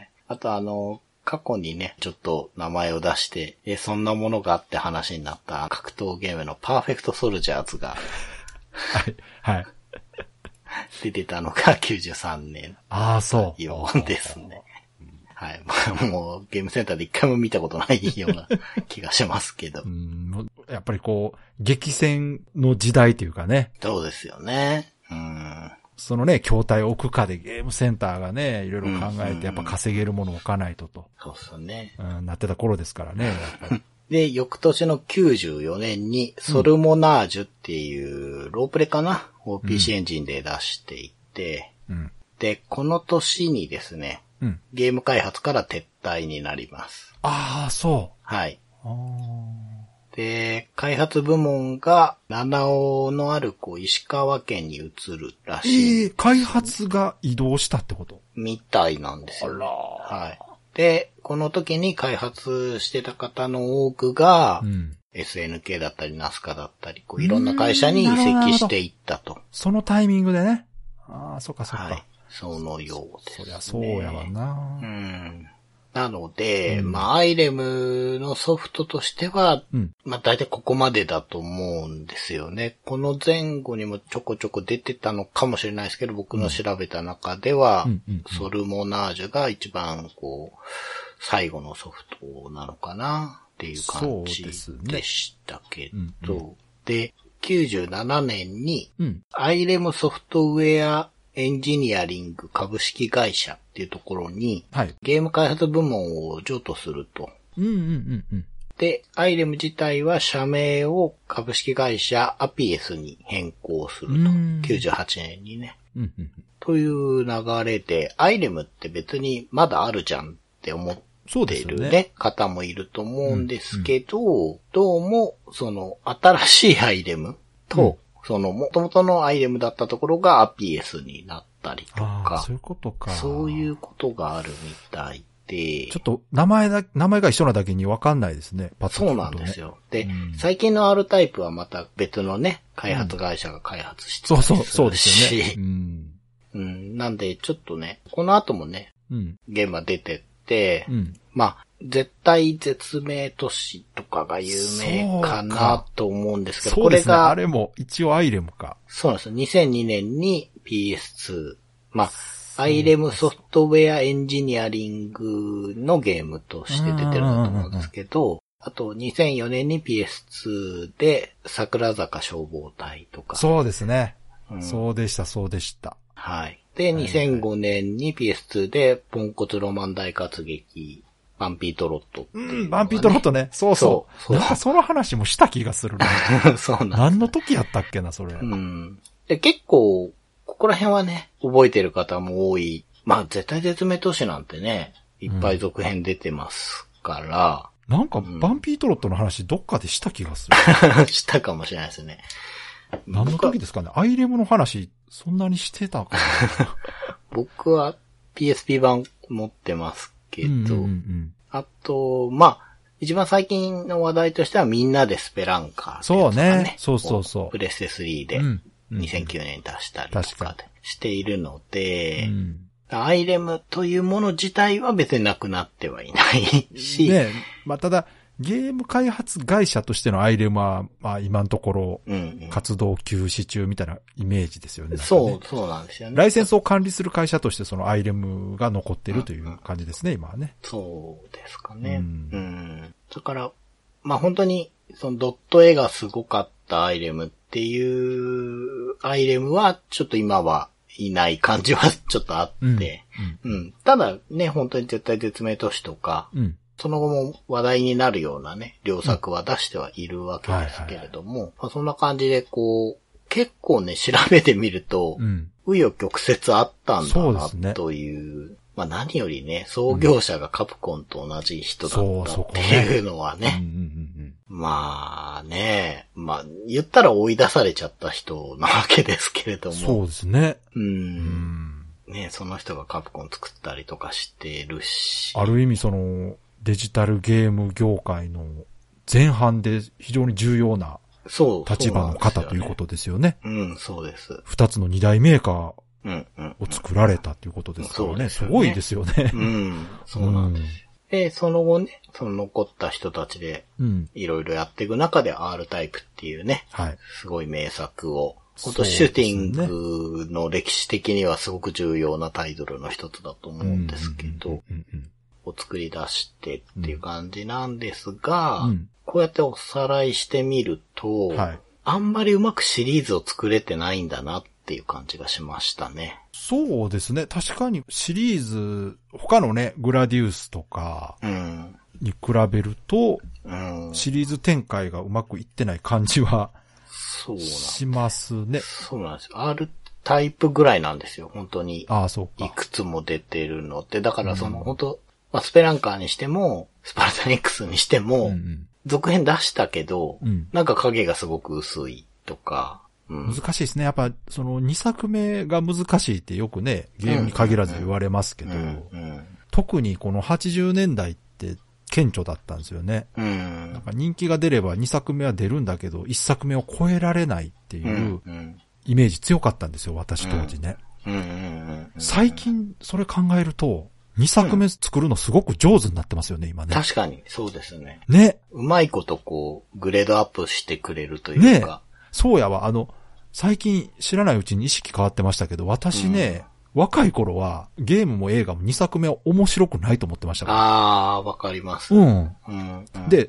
あとあの、過去にね、ちょっと名前を出して、え、そんなものがあって話になった格闘ゲームのパーフェクトソルジャーズが、 はい、はい。 出てたのがきゅうじゅうさんねん。 ああ、そう。 ようですね。はい。まあ、もうゲームセンターで一回も見たことないような気がしますけど。 うんやっぱりこう、激戦の時代というかね。 そうですよね。うんそのね、筐体を置くかでゲームセンターがね、いろいろ考えて、やっぱ稼げるものを置かないとと。 そうですね、 うん。なってた頃ですからね。やっぱりで、翌年のきゅうじゅうよねんに、ソルモナージュっていうロープレかな、うん、を ピーシー エンジンで出していて、うん、で、この年にですね、うん、ゲーム開発から撤退になります。 ああ、そう。 はい。で、開発部門が、七尾のある、こう、石川県に移るらしい、ね。 えー、開発が移動したってこと？ みたいなんですよ、ね。はい。で、この時に開発してた方の多くが、うん、エスエヌケー だったり、ナスカだったり、こう、いろんな会社に移籍していったと。 そのタイミングでね。ああ、そっかそっか。はい。 そのようです、ね。 そりゃそうやわな。 うん。なので、うん、まあ、アイレムのソフトとしては、うん、まあ、大体ここまでだと思うんですよね。この前後にもちょこちょこ出てたのかもしれないですけど、僕の調べた中では、うんうんうん、ソルモナージュが一番、こう、最後のソフトなのかなっていう感じでしたけど、で、 きゅうじゅうななねんに、うん、アイレムソフトウェアエンジニアリング株式会社っていうところに、はい、ゲーム開発部門を譲渡すると。 うんうんうんうん、 で、アイレム自体は社名を株式会社アピエスに変更すると。きゅうじゅうはちねんにね。 うんうんうん、 という流れで、アイレムって別にまだあるじゃんって思っているね、ね方もいると思うんですけど、うんうん、どうも、その新しいアイレムと、うん、その元々のアイレムだったところがアピエスになったりとか、 そういうことか。 そういうことがあるみたいで、 ちょっと名前だ、名前が一緒なだけに分かんないですね。 パッと聞くとね。そうなんですよ。で、うん、最近の R タイプはまた別のね、開発会社が開発してたりするし、うん、そうそう、そうですよね。うんうん、なんで、ちょっとね、この後もね、うん、ゲームは出てって、うん、まあ、絶対絶命都市とかが有名かなと思うんですけど、 これが、そうですね、あれも一応アイレムか。 そうなんですよ。にせんにねんに ピーエスツー、まあ、アイレムソフトウェアエンジニアリングのゲームとして出てるんだと思うんですけど、あとにせんよねんに ピーエスツー で桜坂消防隊とか。 そうですね。うん、そうでした、そうでした。 はい。で、にせんごねんに ピーエスツー で、ポンコツロマン大活劇、バンピートロットっていう、ね。 うん、バンピートロットね。そうそう。そうなんかその話もした気がするな。 そうなんです。 何の時やったっけな、それ。 うん。で、結構、ここら辺はね、覚えてる方も多い。まあ、絶対絶命都市なんてね、いっぱい続編出てますから。 うん、なんか、バンピートロットの話どっかでした気がする。したかもしれないですね。 何の時ですかね、アイレムの話、そんなにしてたかな。 僕は ピーエスピー 版持ってますけど、うんうんうん、あと、まあ、一番最近の話題としてはみんなでスペランカー、ね。 そうね。そうそうそう。 プレステスリーでにせんきゅうねんに出したりとかでしているので、うん、アイレムというもの自体は別になくなってはいないし、 ね、まあ、ただ、ゲーム開発会社としてのアイレムは、まあ今のところ、活動休止中みたいなイメージですよね。 うんうん、そう、そうなんですよね。 ライセンスを管理する会社としてそのアイレムが残っているという感じですね、うんうん、今はね。 そうですかね。うん。うん、だから、まあ本当に、そのドット絵がすごかったアイレムっていうアイレムは、ちょっと今はいない感じはちょっとあって、うん。うんうん、ただね、本当に絶対絶命都市とか、うんその後も話題になるようなね、良作は出してはいるわけですけれども、うんはいはいはい、そんな感じでこう、結構ね、調べてみると、うん、紆余曲折あったんだな、という、ね、まあ何よりね、創業者がカプコンと同じ人だったっていうのはね、まあね、まあ言ったら追い出されちゃった人なわけですけれども。 そうですね。 うん。うんね、その人がカプコン作ったりとかしてるし。 ある意味その、デジタルゲーム業界の前半で非常に重要な立場の方ということですよね。 うん、そうです。 二つの二大メーカーを作られたということですからね。すごいですよね。 うん、そうなんですよ。で、その後ね、その残った人たちで、いろいろやっていく中で R タイプっていうね、はい、すごい名作を、本当シューティングの歴史的にはすごく重要なタイトルの一つだと思うんですけど、を作り出してっていう感じなんですが、うん、こうやっておさらいしてみると、はい、あんまりうまくシリーズを作れてないんだなっていう感じがしましたね。 そうですね。確かにシリーズ、他のね、グラディウスとかに比べると、うん、シリーズ展開がうまくいってない感じはしますね。 そうなんですよ。R タイプぐらいなんですよ、本当に。 ああ、そうか。 いくつも出てるのって。だからその、うん、本当まあ、スペランカーにしても、スパルタン X にしても、うんうん、続編出したけど、うん、なんか影がすごく薄いとか、 うん、難しいですね。やっぱ、そのにさくめが難しいってよくね、ゲームに限らず言われますけど、うんうんうん、特にこのはちじゅうねんだいって顕著だったんですよね。うん、なんか人気が出ればにさくめは出るんだけど、いっさくめを超えられないっていうイメージ強かったんですよ、私当時ね。最近それ考えると、にさくめ作るのすごく上手になってますよね、今ね。 確かに、そうですね。 ね。 うまいことこう、グレードアップしてくれるというか。 ね。そうやわ、あの、最近知らないうちに意識変わってましたけど、私ね、うん、若い頃はゲームも映画もにさくめは面白くないと思ってましたから。 ああ、わかります。 うん。うん、で、うん、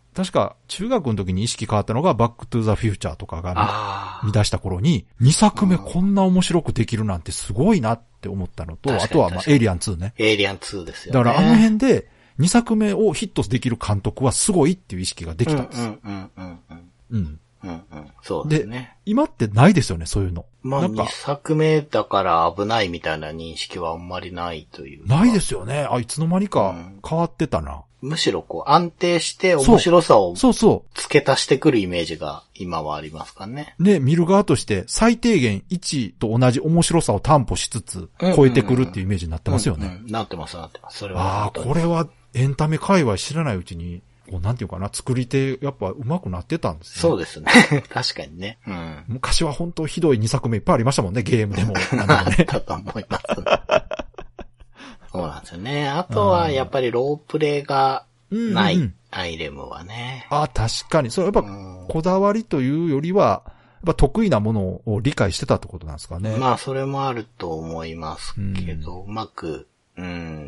確か中学の時に意識変わったのがバックトゥーザフューチャーとかが見出した頃に、にさくめこんな面白くできるなんてすごいなって思ったのと、あとはまあエイリアンツーね。 エイリアンツーですよね。 だからあの辺でにさくめをヒットできる監督はすごいっていう意識ができたんです。 うんうんうんうん。 うん。 うんうん。そうですね。 で、今ってないですよね、そういうの。 まあ、にさくめだから危ないみたいな認識はあんまりないという。 ないですよね。あ、いつの間にか変わってたな。 うん、むしろこう安定して面白さをそうそう。 付け足してくるイメージが今はありますかね。 ね、見る側として最低限いちと同じ面白さを担保しつつ超えてくるっていうイメージになってますよね。 うんうんうん、なってます、なってます。それは。 ああ、これはエンタメ界隈知らないうちに、こうなんていうかな、作り手、やっぱ上手くなってたんですね。 そうですね。確かにね。うん、 昔は本当ひどいにさくめいっぱいありましたもんね、ゲームでも。 あったと思います。そうなんですよね。あとはやっぱりロープレイがない、うんうん、アイレムはね。 あ、確かに。それやっぱこだわりというよりは、やっぱ得意なものを理解してたってことなんですかね。 まあそれもあると思いますけど、うん、うまく、うん、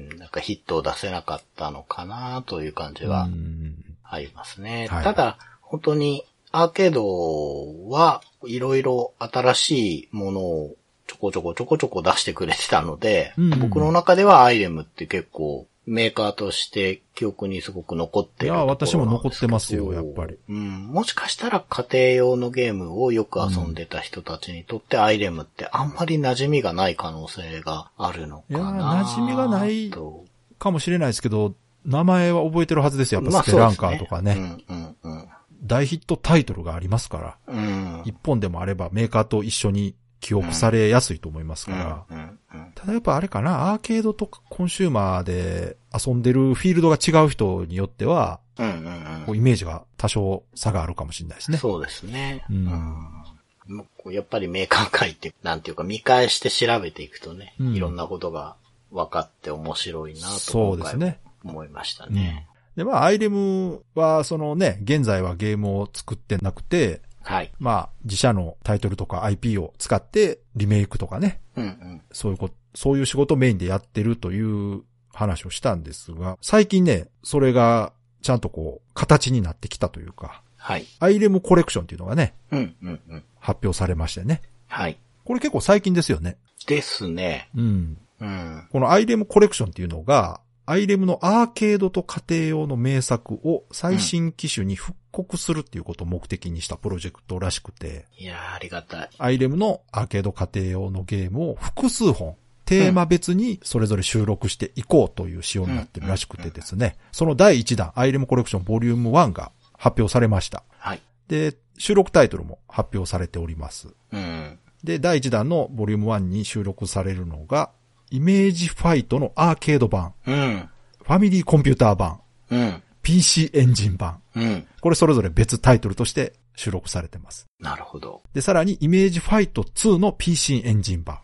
なんかヒットを出せなかったのかなという感じはありますね。はい、ただ、本当にアーケードはいろいろ新しいものをちょこちょこちょこちょこ出してくれてたので、うんうん、僕の中ではアイレムって結構メーカーとして記憶にすごく残ってるところなんですけど。いや、私も残ってますよ、やっぱり。 うん。もしかしたら家庭用のゲームをよく遊んでた人たちにとって、うん、アイレムってあんまり馴染みがない可能性があるのかな。いや、 馴染みがないかもしれないですけど、名前は覚えてるはずですよ。やっぱスペランカーとかね。まあ、ね、うんうんうん。大ヒットタイトルがありますから。うん。一本でもあればメーカーと一緒に記憶されやすいと思いますから。うんうんうんうん、ただやっぱあれかな、アーケードとかコンシューマーで遊んでるフィールドが違う人によっては、うんうんうん、こうイメージが多少差があるかもしれないですね。 そうですね。うんうん、やっぱりメーカー界って、なんていうか見返して調べていくとね、うん、いろんなことが分かって面白いなとそうですね。思いましたね。 うん、で、まあ、アイレムはそのね、現在はゲームを作ってなくて、はい。まあ、自社のタイトルとか アイピー を使ってリメイクとかね。うんうん。そういうこと、そういう仕事をメインでやってるという話をしたんですが、最近ね、それがちゃんとこう、形になってきたというか。はい。アイレムコレクションっていうのがね。うんうんうん。発表されましてね。はい。これ結構最近ですよね。 ですね。うん。 うん。このアイレムコレクションっていうのが、アイレムのアーケードと家庭用の名作を最新機種に復刻するっていうことを目的にしたプロジェクトらしくて。 いやー、ありがたい。 アイレムのアーケード家庭用のゲームを複数本、テーマ別にそれぞれ収録していこうという仕様になってるらしくてですね。そのだいいちだん、アイレムコレクションボリュームワンが発表されました。はい。で、収録タイトルも発表されております。うん。で、だいいちだんのボリュームワンに収録されるのが、イメージファイトのアーケード版。うん。ファミリーコンピューター版。うん。ピーシー エンジン版。うん。これそれぞれ別タイトルとして収録されてます。 なるほど。 で、さらにイメージファイトツーの ピーシー エンジン版。うん。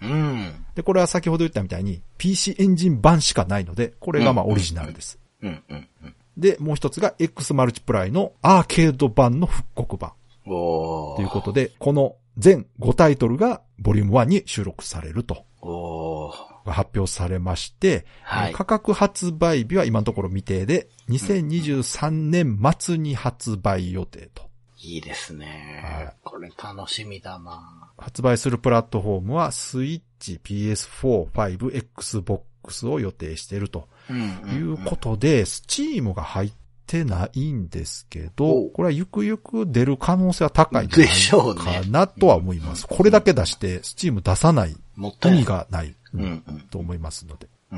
で、これは先ほど言ったみたいに ピーシー エンジン版しかないので、これがまあオリジナルです。うんうんうんうん。で、もう一つが X マルチプライのアーケード版の復刻版。おー。ということで、この全ごタイトルがボリュームワンに収録されると。おー。が発表されまして、はい、価格発売日は今のところ未定で、にせんにじゅうさんねん末に発売予定と。 いいですね、はい。これ楽しみだな。 発売するプラットフォームは、スイッチ、ピーエスフォー、ファイブ、Xbox を予定しているということで、スチームが入ってないんですけど、これはゆくゆく出る可能性は高いんじゃないかなとは思います。これだけ出して、スチーム出さない意味がない。うんうん、と思いますので、うん。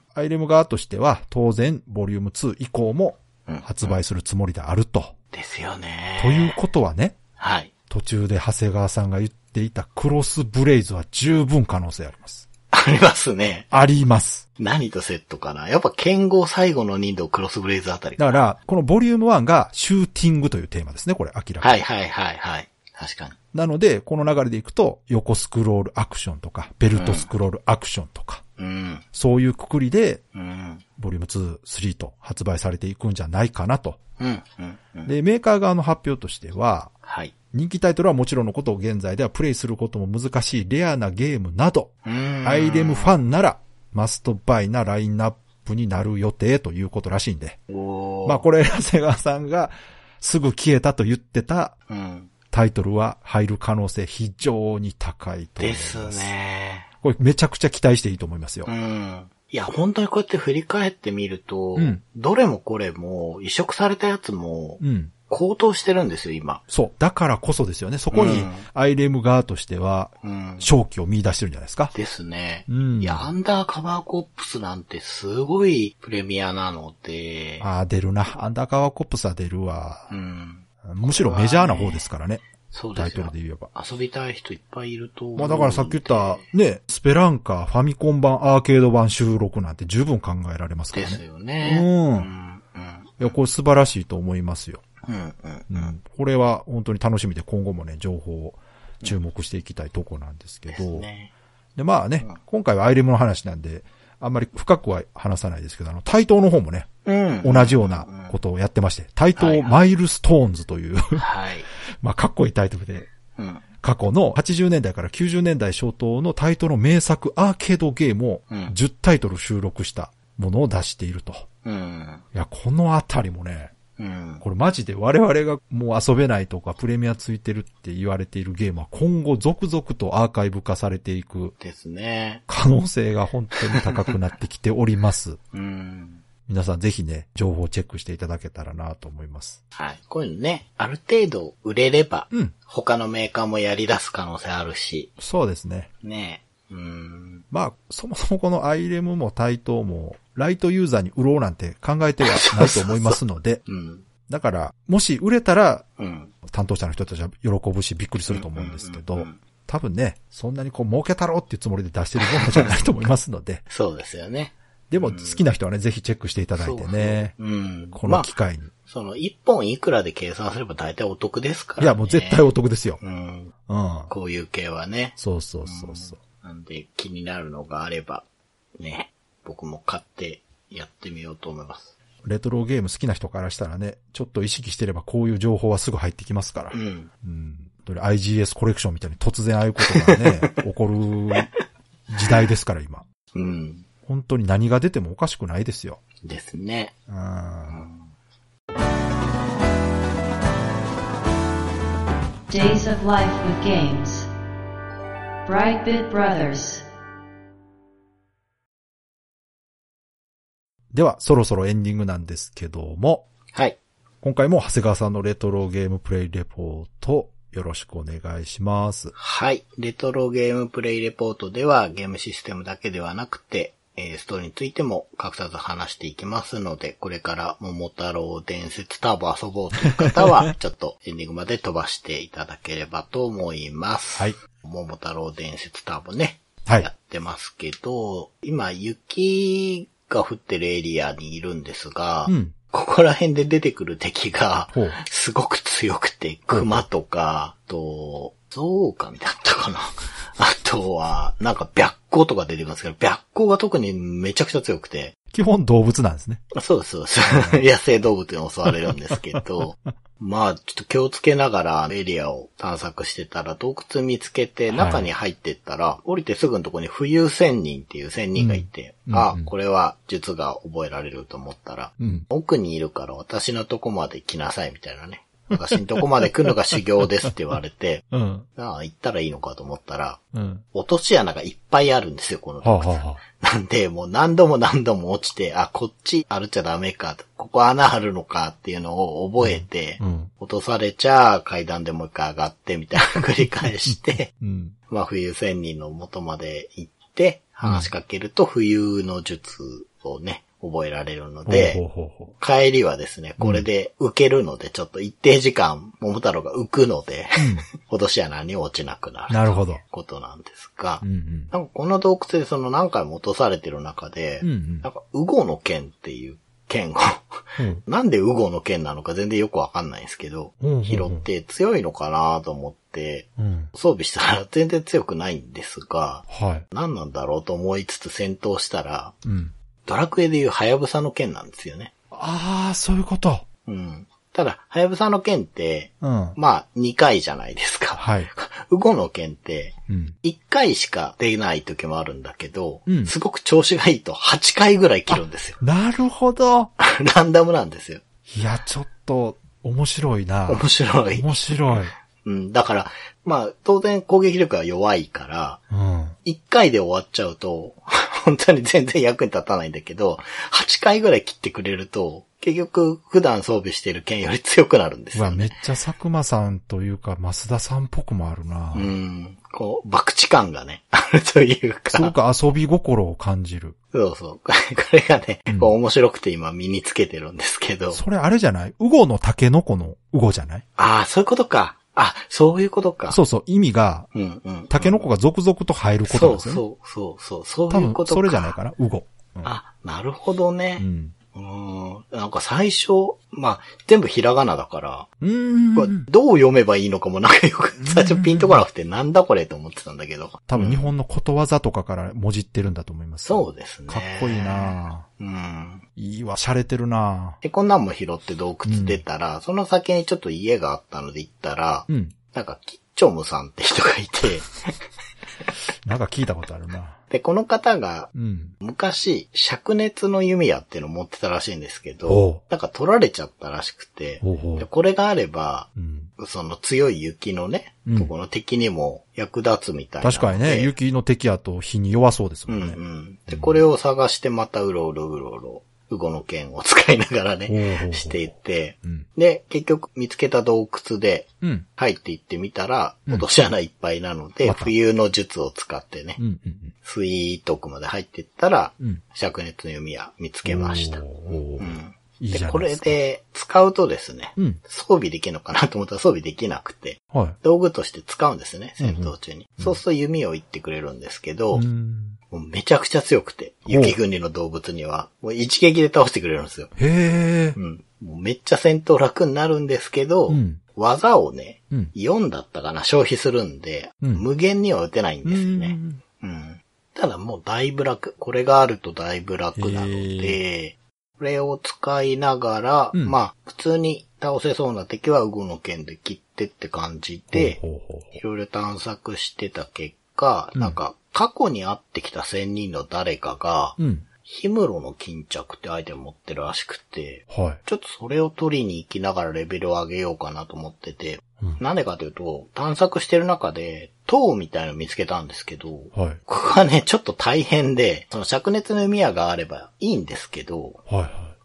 アイレム側としては当然ボリュームツー以降も発売するつもりであると。 ですよね。 ということはね。 はい。 途中で長谷川さんが言っていたクロスブレイズは十分可能性あります。 ありますね。 あります。 何とセットかな。やっぱ剣豪最後の任度クロスブレイズあたりかな。だから、このボリュームワンがシューティングというテーマですね、これ明らかに。はいはいはいはい。確かに。 なので、この流れでいくと、横スクロールアクションとか、ベルトスクロールアクションとか、うん、そういうくくりで、うん、ボリュームツー、スリーと発売されていくんじゃないかなと。うんうんうん、で、メーカー側の発表としては、はい、人気タイトルはもちろんのことを現在ではプレイすることも難しいレアなゲームなど、アイレムファンならマストバイなラインナップになる予定ということらしいんで。まあこれ、長谷川さんがすぐ消えたと言ってた、タイトルは入る可能性非常に高いと思います。 ですね。 これめちゃくちゃ期待していいと思いますよ。 うん。いや、本当にこうやって振り返ってみると、うん、どれもこれも移植されたやつも、うん高騰してるんですよ、今。 そう。だからこそですよね。そこに、アイレム側としては、勝機を見出してるんじゃないですか。 ですね。うん、いや、アンダーカバーコップスなんてすごいプレミアなので。 ああ、出るな。アンダーカバーコップスは出るわ。うん、むしろメジャーな方ですからね。 そうですね。 タイトルで言えば。 遊びたい人いっぱいいると思う。 まあだからさっき言った、ね、スペランカ、ファミコン版、アーケード版収録なんて十分考えられますからね。 ですよね。うん。 うん、いや、これ素晴らしいと思いますよ。うんうんうん、これは本当に楽しみで今後もね、情報を注目していきたいとこなんですけど。うん、で、ね、まあね、うん、今回はアイレムの話なんで、あんまり深くは話さないですけど、あの、対等の方もね、うん、同じようなことをやってまして、対等マイルストーンズという、はい、まあかっこいいタイトルで、うん、過去のはちじゅうねんだいからきゅうじゅうねんだい初頭のタイトルの名作アーケードゲームをじゅうタイトル収録したものを出していると。うん、いや、このあたりもね、うん、これマジで我々がもう遊べないとかプレミアついてるって言われているゲームは今後続々とアーカイブ化されていくですね。 可能性が本当に高くなってきております。うん、皆さんぜひね、情報をチェックしていただけたらなと思います。 はい。こういうのね、ある程度売れれば、うん、他のメーカーもやり出す可能性あるし。 そうですね。 ねえ。うん、 まあ、そもそもこのアイレムも対等も、ライトユーザーに売ろうなんて考えてはないと思いますので、うん、だから、もし売れたら、うん、担当者の人たちは喜ぶしびっくりすると思うんですけど、うんうんうんうん、多分ね、そんなにこう儲けたろうっていうつもりで出してるものじゃないと思いますので。 そうですよね。 でも好きな人はね、うん、ぜひチェックしていただいてね。そうそう、うん、この機会に。まあ、 その一本いくらで計算すれば大体お得ですからね。 いや、もう絶対お得ですよ。うん。 うん、こういう系はね。 そうそうそうそう。 うん、なんで気になるのがあれば、ね、僕も買ってやってみようと思います。 レトロゲーム好きな人からしたらね、ちょっと意識してればこういう情報はすぐ入ってきますから。うん。うん。アイジーエス コレクションみたいに突然ああいうことがね、起こる時代ですから今。うん。本当に何が出てもおかしくないですよ。 ですね。うん。うん、 Days of Life with Games Brightbit Brothers。 では、そろそろエンディングなんですけども。 はい。 今回も長谷川さんのレトロゲームプレイレポート、よろしくお願いします。 はい。レトロゲームプレイレポートでは、ゲームシステムだけではなくて、えー、ストーリーについても隠さず話していきますので、これから桃太郎伝説ターボ遊ぼうという方は、ちょっとエンディングまで飛ばしていただければと思います。はい。桃太郎伝説ターボね。はい。やってますけど、今、雪が降ってるエリアにいるんですが、うん、ここら辺で出てくる敵が、すごく強くて、熊とか、あと、ゾウカみたいだったかな。あとは、なんか白虎とか出てくるんですけど、白虎が特にめちゃくちゃ強くて。 基本動物なんですね。 そうです、そうです。野生動物に襲われるんですけど、まあ、ちょっと気をつけながらエリアを探索してたら洞窟見つけて中に入ってったら、はい、降りてすぐのところに浮遊仙人っていう仙人がいて、うん、あ、うん、これは術が覚えられると思ったら、うん、奥にいるから私のとこまで来なさいみたいなね。私のとこまで来るのが修行ですって言われて、うん、ああ、行ったらいいのかと思ったら、うん、落とし穴がいっぱいあるんですよ、この洞窟。はあはあ、なんで、もう何度も何度も落ちて、あ、こっち歩っちゃダメか、ここ穴あるのかっていうのを覚えて、うんうん、落とされちゃ階段でもう一回上がってみたいな繰り返して、うん、まあ冬仙人の元まで行って話しかけると冬の術をね、覚えられるので、ほうほうほう、帰りはですね、これで浮けるので、ちょっと一定時間、桃太郎が浮くので、うん、落とし穴に落ちなくなる。なるほど。ということなんですが、うんうん、なんかこの洞窟でその何回も落とされてる中で、うんうん、なんか、ウゴの剣っていう剣を、うん、なんでウゴの剣なのか全然よくわかんないんですけど、うんうんうん、拾って強いのかなと思って、うん、装備したら全然強くないんですが、はい、何なんだろうと思いつつ戦闘したら、うん、ドラクエでいうハヤブサの剣なんですよね。 ああ、そういうこと。 うん。ただ、ハヤブサの剣って、うん、まあ、にかいじゃないですか。はい。ウゴの剣って、いっかいしか出ない時もあるんだけど、うん、すごく調子がいいとはちかいぐらい切るんですよ。 なるほど。 ランダムなんですよ。 いや、ちょっと、 面白いな。 面白い。 面白い。 うん。だから、まあ、当然攻撃力は弱いから、うん。いっかいで終わっちゃうと、本当に全然役に立たないんだけど、はちかいぐらい切ってくれると、結局、普段装備している剣より強くなるんですよね。 うわ、めっちゃ佐久間さんというか、増田さんっぽくもあるな。 うん。こう、博打感がね、あるというか。 すごく遊び心を感じる。 そうそう。これがね、うん、こう面白くて今身につけてるんですけど。 それあれじゃない？ウゴのタケノコのウゴじゃない？ ああ、そういうことか。あ、そういうことか。 そうそう、意味が、うんうんうん、タケノコが続々と入ることですよね。 そうそうそうそう、そういうことか。 多分それじゃないかな、ウゴ。 うん、あ、なるほどね。うんうん、なんか最初、まあ、全部ひらがなだから、うーんどう読めばいいのかもなんかよく最初ピンとこなくてなんだこれと思ってたんだけど。 多分日本のことわざとかからもじってるんだと思います。 そうですね。 かっこいいなぁ。うん。いいわ、洒落てるなぁ。 で、こんなんも拾って洞窟出たら、うん、その先にちょっと家があったので行ったら、うん、なんかキッチョムさんって人がいて、 なんか聞いたことあるな。 で、この方が、うん、昔、灼熱の弓矢っていうのを持ってたらしいんですけど、なんか取られちゃったらしくて、おうおうでこれがあれば、うん、その強い雪のね、うん、とこの敵にも役立つみたいな。 確かにね、雪の敵やと火に弱そうですもんね。 うんうん、で、これを探してまたうろうろうろうろ。ウゴの剣を使いながらね、していって、うん、で、結局見つけた洞窟で入っていってみたら、うん、落とし穴いっぱいなので、冬の術を使ってね、うんうんうん、スイート奥まで入っていったら、うん、灼熱の弓矢見つけました。うんいいで、これで使うとですね、うん、装備できるのかなと思ったら装備できなくて、はい、道具として使うんですね、戦闘中に。うんうん、そうすると弓を射ってくれるんですけど、うんもうめちゃくちゃ強くて、雪国の動物には、もう一撃で倒してくれるんですよ。へー。うん。もうめっちゃ戦闘楽になるんですけど、うん、技をね、うん、よんだったかな、消費するんで、うん、無限には打てないんですね。うん、うん。ただもうだいぶ楽。これがあるとだいぶ楽なので、これを使いながら、うん、まあ、普通に倒せそうな敵はウゴの剣で切ってって感じで、いろいろ探索してた結果、うん、なんか、過去に会ってきた仙人の誰かが、うん、氷室の巾着ってアイテム持ってるらしくて、はい、ちょっとそれを取りに行きながらレベルを上げようかなと思ってて、うん、なんでかというと、探索してる中で、塔みたいなの見つけたんですけど、はい、ここはね、ちょっと大変で、その灼熱の弓矢があればいいんですけど、はいはい、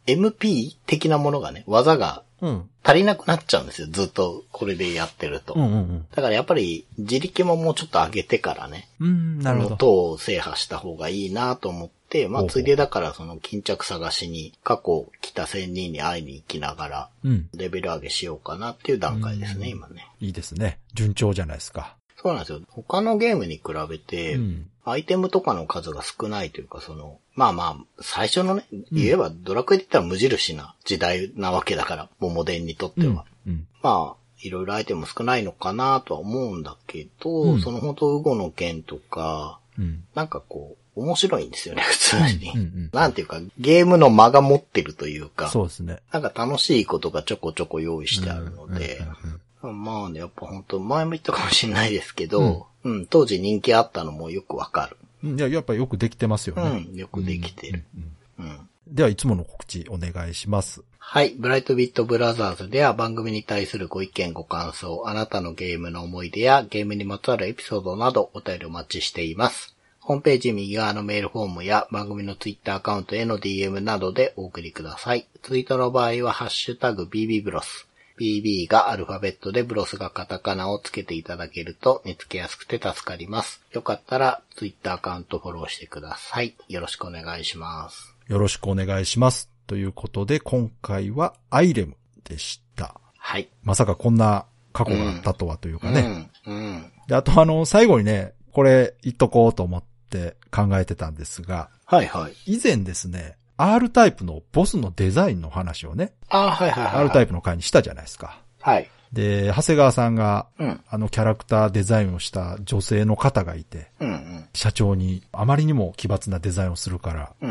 エムピー 的なものがね、技が足りなくなっちゃうんですよ。ずっとこれでやってると。うんうんうん、だからやっぱり自力ももうちょっと上げてからね。うん、なるほど。塔を制覇した方がいいなと思って、まあついでだからその巾着探しに過去来た仙人に会いに行きながら、レベル上げしようかなっていう段階ですね、うん、今ね。 いいですね。順調じゃないですか。 そうなんですよ。他のゲームに比べて、うん、アイテムとかの数が少ないというか、その、まあまあ、最初のね、言えばドラクエで言ったら無印な時代なわけだから、モデンにとっては。うんうん、まあ、いろいろアイテム少ないのかなとは思うんだけど、うん、その本当ウゴの剣とか、うん、なんかこう、面白いんですよね、普通に。うんうんうん、なんていうか、ゲームの間が持ってるというか、 そうですね。 なんか楽しいことがちょこちょこ用意してあるので、うんうんうんうんまあね、やっぱ本当前も言ったかもしれないですけど、うん、うん、当時人気あったのもよくわかる。 いや、やっぱよくできてますよね。 うん、よくできてる。 うんうんうん、では、いつもの告知お願いします。 はい。ブライトビットブラザーズでは番組に対するご意見ご感想、あなたのゲームの思い出やゲームにまつわるエピソードなどお便りお待ちしています。ホームページ右側のメールフォームや番組のツイッターアカウントへの ディーエム などでお送りください。ツイートの場合はハッシュタグ ビービー ブロス。ビービー がアルファベットでブロスがカタカナをつけていただけると見つけやすくて助かります。よかったらツイッターアカウントフォローしてください。よろしくお願いします。 よろしくお願いします。ということで今回はアイレムでした。はい。まさかこんな過去があったとはというかね。うん。うん。で、あとあの、最後にね、これ言っとこうと思って考えてたんですが。 はいはい。 以前ですね、R タイプのボスのデザインの話をね。 あはいはいはい、はい。 R タイプの回にしたじゃないですか。 はい。 で、長谷川さんが、うん、あのキャラクターデザインをした女性の方がいて、うんうん、社長にあまりにも奇抜なデザインをするから、うんうん、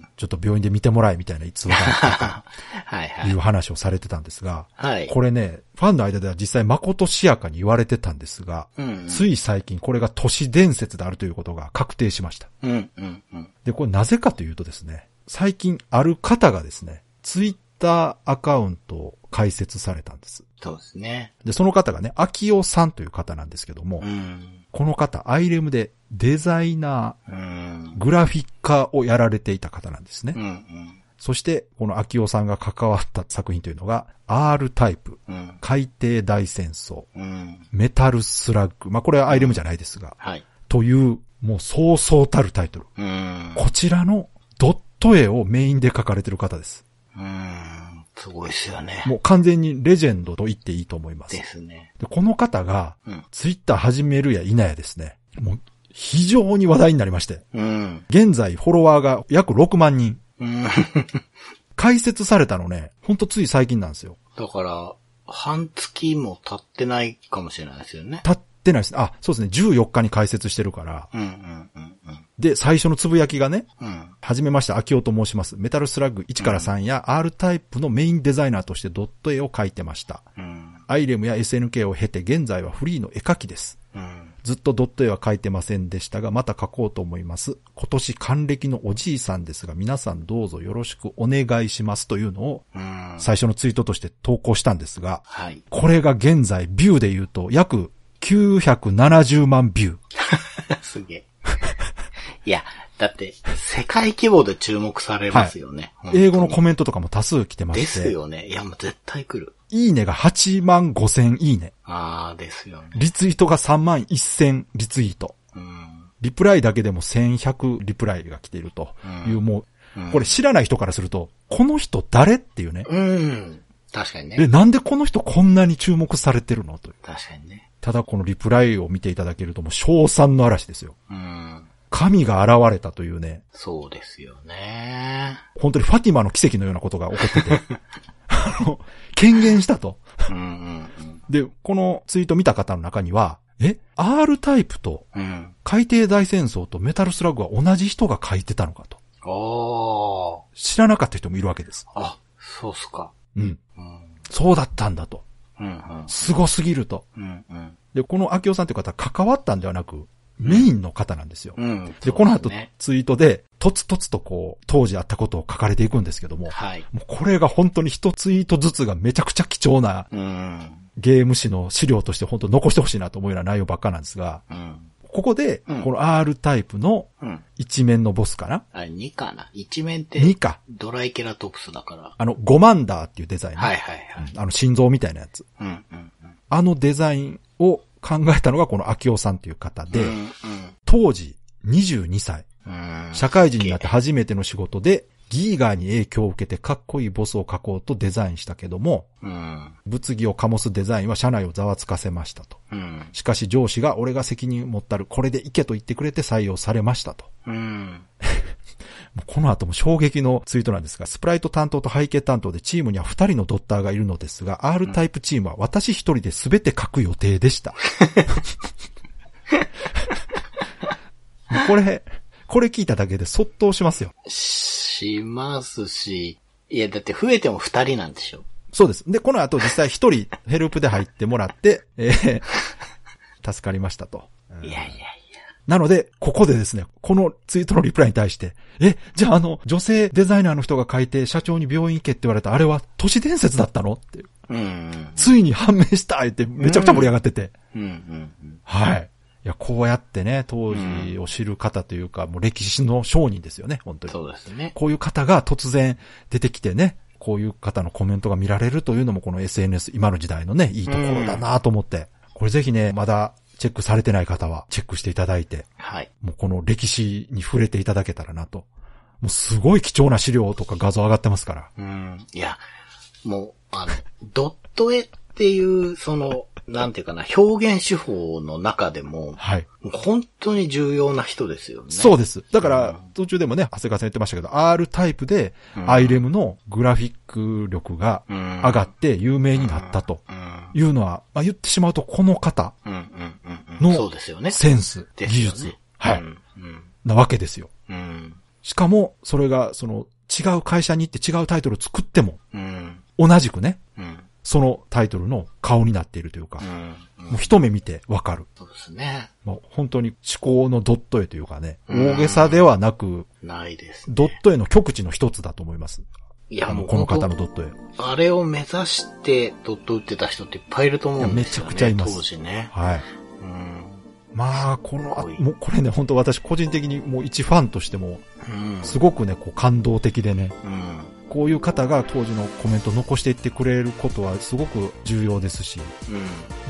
ちょっと病院で見てもらえみたいな逸話があったという話をされてたんですが、はい、これね、ファンの間では実際まことしやかに言われてたんですが、うんうん、つい最近これが都市伝説であるということが確定しました。うんうんうん、で、これなぜかというとですね、最近ある方がですね、ツイッタターアカウントを開設されたんです。 そうですね。 で、その方がね、秋尾さんという方なんですけども、うん、この方、アイレムでデザイナー、うん、グラフィッカーをやられていた方なんですね。うんうん、そして、この秋尾さんが関わった作品というのが、R タイプ、うん、海底大戦争、うん、メタルスラッグ、まあこれはアイレムじゃないですが、うんはい、という、もうそうそうたるタイトル。うん、こちらのドット絵をメインで描かれている方です。 うんすごいですよね。 もう完全にレジェンドと言っていいと思います。 ですね。 で、この方が、ツイッター始めるや否やですね、もう非常に話題になりまして、うん、現在フォロワーが約ろくまんにん。うん、開設されたのね、ほんとつい最近なんですよ。 だから、半月も経ってないかもしれないですよね。 経ってないですね。あ、そうですね。じゅうよっかに開設してるから。うんうんうんうん、で、最初のつぶやきがね、うん、はじめまして、秋尾と申します。メタルスラッグいちからさんや R タイプのメインデザイナーとしてドット絵を描いてました。うん、アイレムや エスエヌケー を経て現在はフリーの絵描きです。うん、ずっとドット絵は描いてませんでしたが、また描こうと思います。今年還暦のおじいさんですが、皆さんどうぞよろしくお願いしますというのを、最初のツイートとして投稿したんですが、はい、これが現在ビューで言うと約きゅうひゃくななじゅうまんビュー。すげえ。いや、だって、世界規模で注目されますよね。 はい、英語のコメントとかも多数来てまして。 ですよね。いや、もう絶対来る。 いいねがはちまんごせんいいね。 ああ、ですよね。 リツイートがさんまんせんリツイート。うん、リプライだけでもせんひゃくリプライが来ているという、うん、もう、うん、これ知らない人からすると、この人誰っていうね。 うん。確かにね。 で、なんでこの人こんなに注目されてるのという。 確かにね。 ただこのリプライを見ていただけるともう称賛の嵐ですよ。うん。神が現れたというね。 そうですよね。 本当にファティマの奇跡のようなことが起こってて。あの、権限したと。うんうんうん、で、このツイート見た方の中には、え ?R タイプと、海底大戦争とメタルスラッグは同じ人が書いてたのかと。ああ。知らなかった人もいるわけです。 あ、そうっすか。 うん。うん、そうだったんだと。うんうん、すごすぎると、うんうん。で、この秋尾さんという方は関わったんではなく、メインの方なんですよ。うん、で、この後ツイートで、とつとつとこう、当時あったことを書かれていくんですけども、はい、もうこれが本当に一ツイートずつがめちゃくちゃ貴重な、うん、ゲーム誌の資料として本当残してほしいなと思うような内容ばっかなんですが、うん、ここで、この R タイプの一面のボスかな、 うん、あ、にかな一面って。 にか。 ドライケラトプスだから。 あの、ゴマンダーっていうデザイン、ね。 はいはいはい。 あの、心臓みたいなやつ。うんうんうん、あのデザインを考えたのがこの秋尾さんという方で、うんうん、当時にじゅうにさい、社会人になって初めての仕事でギーガーに影響を受けてかっこいいボスを描こうとデザインしたけども、うん、物議を醸すデザインは社内をざわつかせましたと、うん、しかし上司が俺が責任を持ったるこれでいけと言ってくれて採用されましたと、うん、この後も衝撃のツイートなんですが、スプライト担当と背景担当でチームにはふたりのドッターがいるのですが、R タイプチームは私一人で全て書く予定でした。これ、これ聞いただけでそっとしますよ。 しますし、いやだって増えてもふたりなんでしょ。 そうです。で、この後実際ひとりヘルプで入ってもらって、えー、助かりましたと。 いやいや。 なので、ここでですね、このツイートのリプライに対して、え、じゃああの、女性デザイナーの人が書いて社長に病院行けって言われたあれは都市伝説だったのっていう。うんうん、ついに判明した言ってめちゃくちゃ盛り上がってて。うんうんうん、はい。いや、こうやってね、当時を知る方というか、うん、もう歴史の商人ですよね、本当に。 そうですね。 こういう方が突然出てきてね、こういう方のコメントが見られるというのもこの エスエヌエス、今の時代のね、いいところだなと思って、うん、これぜひね、まだ、チェックされてない方はチェックしていただいて、はい。もうこの歴史に触れていただけたらなと。もうすごい貴重な資料とか画像上がってますから。 うん。いや、もう、あの、ドット絵っていう、その、なんていうかな、表現手法の中でも、はい。もう本当に重要な人ですよね。 そうです。だから、うん、途中でもね、長谷川さん言ってましたけど、R タイプで、アイレムのグラフィック力が上がって有名になったというのは、まあ、言ってしまうと、この方のセンス、技術、はい、なわけですよ。うん、しかも、それが、その、違う会社に行って違うタイトルを作っても、うん、同じくね、うんそのタイトルの顔になっているというか、うんうん、もう一目見てわかる。 そうですね。 もう本当に思考のドット絵というかね、大げさではなく、 ないです、 ね。ドット絵の極致の一つだと思います。 いや、もうこの方のドット絵。 あれを目指してドット打ってた人っていっぱいいると思うんですよね。 めちゃくちゃいます。 当時ね。 はい。うん、まあ、この、もうこれね、本当私個人的にもう一ファンとしても、すごくね、こう感動的でね、うん、こういう方が当時のコメントを残していってくれることはすごく重要ですし、うん、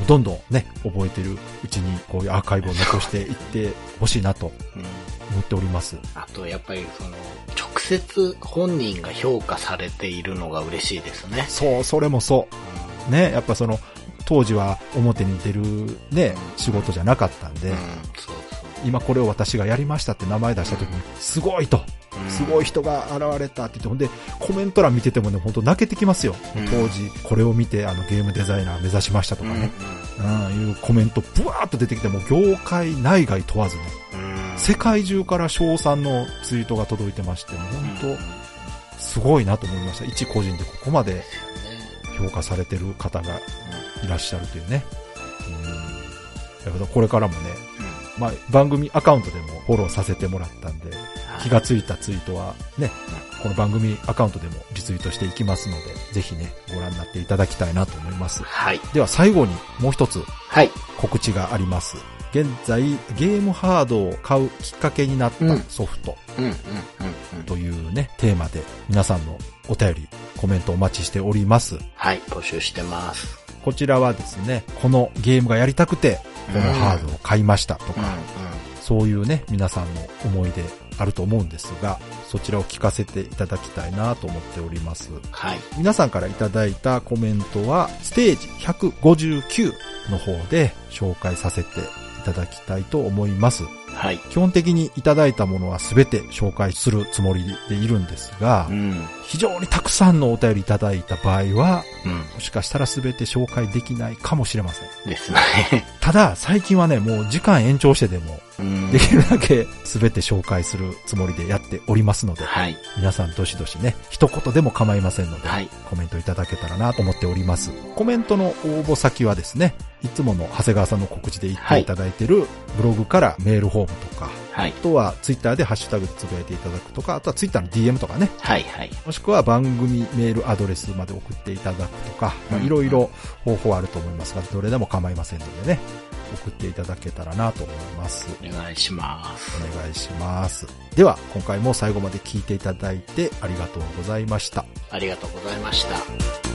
どんどんね、覚えてるうちにこういうアーカイブを残していってほしいなと思っております。うん、 あと、やっぱりその、直接本人が評価されているのが嬉しいですね。 そう、それもそう。うん、ね、やっぱその、当時は表に出るね、うん、仕事じゃなかったんで、うん、そうそう、今これを私がやりましたって名前出した時に、すごいと、うん、すごい人が現れたって言って、ほんで、コメント欄見ててもね、ほんと泣けてきますよ。うん、当時、これを見て、あの、ゲームデザイナー目指しましたとかね、うん、うん、いうコメント、ブワーっと出てきて、もう業界内外問わずね、うん、世界中から称賛のツイートが届いてまして、本当すごいなと思いました。一個人でここまで評価されてる方がいらっしゃるというね。うん、だからこれからもね、うん、まあ、番組アカウントでもフォローさせてもらったんで、気がついたツイートはね、この番組アカウントでもリツイートしていきますので、ぜひね、ご覧になっていただきたいなと思います。はい。では最後にもう一つ、はい。告知があります。現在、ゲームハードを買うきっかけになったソフトというね、テーマで皆さんのお便り、コメントお待ちしております。 はい、募集してます。 こちらはですね、このゲームがやりたくて、このハードを買いましたとか、うんうん、そういうね、皆さんの思い出あると思うんですが、そちらを聞かせていただきたいなと思っております。はい。皆さんからいただいたコメントは、ステージひゃくごじゅうきゅうの方で紹介させていただきたいと思います。はい。基本的にいただいたものはすべて紹介するつもりでいるんですが、うん、非常にたくさんのお便りいただいた場合は、うん、もしかしたらすべて紹介できないかもしれません。ですね。ただ、最近はね、もう時間延長してでも、できるだけすべて紹介するつもりでやっておりますので、はい、皆さんどしどしね、一言でも構いませんので、はい、コメントいただけたらなと思っております。コメントの応募先はですね、いつもの長谷川さんの告知で言っていただいているブログからメールフォームとか、はい、あとはツイッターでハッシュタグでつぶやいていただくとか、あとはツイッターの ディーエム とかね、はいはい、もしくは番組メールアドレスまで送っていただくとか、まあ、いろいろ方法あると思いますが、どれでも構いませんのでね、送っていただけたらなと思います。 お願いします。 お願いします。では、今回も最後まで聞いていただいてありがとうございました。 ありがとうございました。